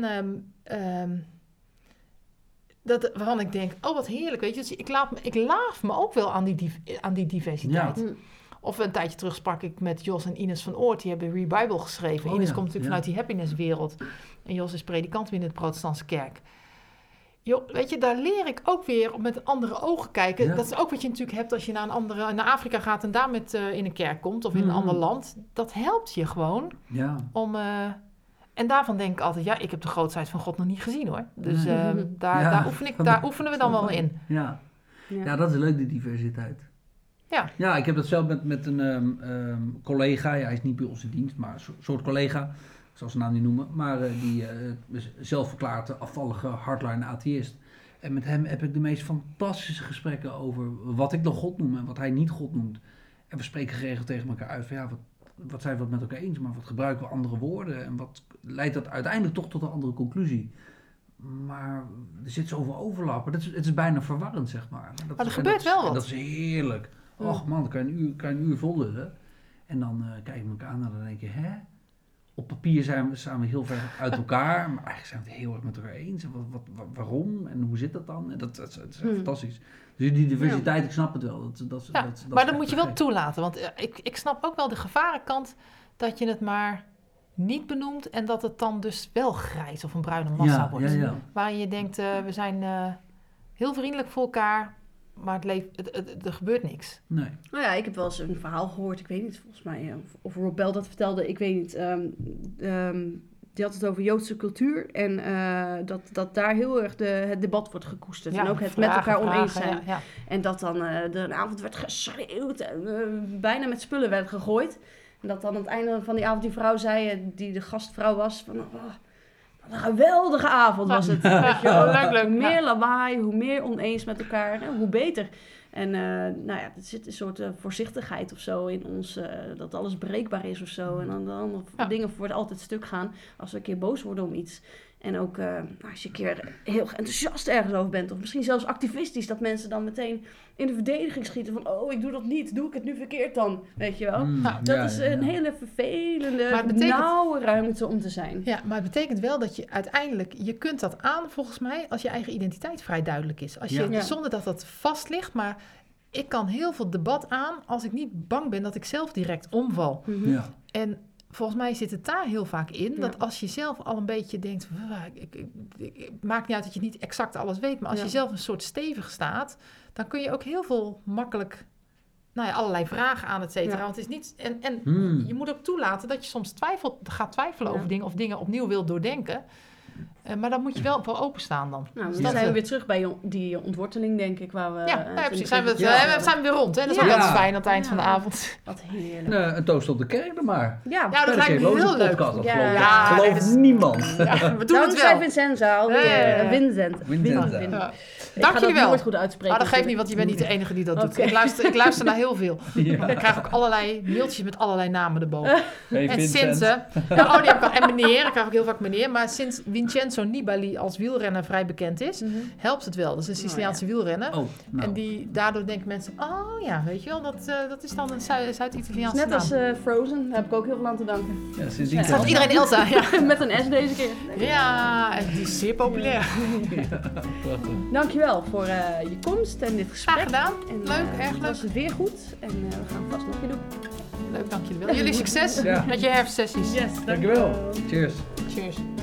Speaker 4: waarvan ik denk, wat heerlijk, weet je. Dus ik laaf me ook wel aan die diversiteit. Ja. Of een tijdje terug sprak ik met Jos en Ines van Oort. Die hebben Rebible geschreven. Ines komt natuurlijk vanuit die happiness-wereld. En Jos is predikant binnen de Protestantse Kerk. Joh, weet je, daar leer ik ook weer met andere ogen kijken. Ja. Dat is ook wat je natuurlijk hebt als je naar Afrika gaat en daar in een kerk komt of in een ander land. Dat helpt je gewoon om... en daarvan denk ik altijd, ik heb de grootheid van God nog niet gezien hoor. Dus daar oefenen we dan wel in.
Speaker 3: Ja, dat is leuk, de diversiteit. Ja, ik heb dat zelf met een collega. Ja, hij is niet bij ons in dienst, maar een soort collega... Ik zal zijn naam niet noemen, maar die zelfverklaarde afvallige hardline atheïst. En met hem heb ik de meest fantastische gesprekken over wat ik dan God noem en wat hij niet God noemt. En we spreken geregeld tegen elkaar uit van wat zijn we het met elkaar eens, maar wat gebruiken we andere woorden en wat leidt dat uiteindelijk toch tot een andere conclusie. Maar er zit zoveel overlappen, het is bijna verwarrend zeg maar.
Speaker 4: Maar er gebeurt wel wat.
Speaker 3: Dat is heerlijk. Och man, dan kan je een uur vol lullen. En dan kijken we elkaar aan en dan denk je, hè? Op papier zijn we heel ver uit elkaar, maar eigenlijk zijn we het heel erg met elkaar eens. En waarom en hoe zit dat dan? En dat is echt fantastisch. Dus die diversiteit, ik snap het wel.
Speaker 4: Maar dan moet je wel toelaten, want ik snap ook wel de gevarenkant dat je het maar niet benoemt en dat het dan dus wel grijs of een bruine massa wordt. Ja. Waarin je denkt, we zijn heel vriendelijk voor elkaar, maar er gebeurt niks.
Speaker 3: Nee.
Speaker 5: Nou ja, ik heb wel eens een verhaal gehoord, ik weet niet, volgens mij, of Rob Bell dat vertelde, ik weet niet. Die had het over Joodse cultuur en dat daar heel erg het debat wordt gekoesterd. En ook het met elkaar oneens zijn.
Speaker 4: Ja.
Speaker 5: En dat dan er een avond werd geschreeuwd en bijna met spullen werd gegooid. En dat dan aan het einde van die avond die vrouw zei, die de gastvrouw was, van wat een geweldige avond was het. Weet je wel. Hoe meer lawaai, hoe meer oneens met elkaar, hoe beter. En nou ja, er zit een soort voorzichtigheid of zo in ons, dat alles breekbaar is of zo. En dan dingen worden altijd stuk gaan als we een keer boos worden om iets. En ook als je een keer heel enthousiast ergens over bent, of misschien zelfs activistisch, dat mensen dan meteen in de verdediging schieten van, oh, ik doe dat niet, doe ik het nu verkeerd dan, weet je wel. Dat is een hele vervelende, nauwe ruimte om te zijn.
Speaker 4: Ja, maar het betekent wel dat je uiteindelijk, je kunt dat aan volgens mij als je eigen identiteit vrij duidelijk is. Als je, zonder dat dat vast ligt, maar ik kan heel veel debat aan als ik niet bang ben dat ik zelf direct omval.
Speaker 5: Mm-hmm.
Speaker 3: Ja.
Speaker 4: En volgens mij zit het daar heel vaak in, dat als je zelf al een beetje denkt, het maakt niet uit dat je niet exact alles weet, maar als je zelf een soort stevig staat, dan kun je ook heel veel makkelijk allerlei vragen aan, et cetera. Want het is niet, en je moet ook toelaten dat je soms gaat twijfelen over dingen of dingen opnieuw wilt doordenken. Maar dan moet je wel voor openstaan dan.
Speaker 5: Nou, dan zijn we weer terug bij die ontworteling, denk ik. Waar we,
Speaker 4: precies. Zijn we weer rond. Hè? Dat is ook altijd fijn aan het eind van de avond.
Speaker 5: Wat heerlijk.
Speaker 3: Een toast op de kerk dan maar.
Speaker 5: Ja,
Speaker 4: dat lijkt me heel leuk.
Speaker 3: Gelooft niemand.
Speaker 4: Ja, we doen het wel.
Speaker 5: Dankzij Vincenza alweer. Vincent.
Speaker 4: Dank jullie wel.
Speaker 5: nooit goed uitspreken.
Speaker 4: Dat geeft niet, want je bent niet de enige die dat doet. Ik luister naar heel veel. Ik krijg ook allerlei mailtjes met allerlei namen erboven.
Speaker 3: Hey,
Speaker 4: en sinds... en meneer, ik krijg ook heel vaak meneer. Maar sinds Vincenzo Nibali als wielrenner vrij bekend is, helpt het wel. Dat is een Siciliaanse wielrenner. En daardoor denken mensen, weet je wel, dat is dan een Zuid-Italiaanse naam.
Speaker 5: Net als Frozen, daar heb ik ook heel veel aan te danken.
Speaker 3: Ja, sindsdien
Speaker 4: Staat iedereen Elsa,
Speaker 5: Met een S deze keer.
Speaker 4: Ja, en die is zeer populair.
Speaker 5: Dankjewel voor je komst en dit gesprek.
Speaker 4: Graag gedaan.
Speaker 5: En,
Speaker 4: leuk, erg leuk.
Speaker 5: Was het weer goed en we gaan vast nog een keer doen.
Speaker 4: Leuk, dank jullie wel. Jullie succes met je herfstsessies.
Speaker 5: Yes,
Speaker 3: dankjewel. Cheers.
Speaker 4: Cheers.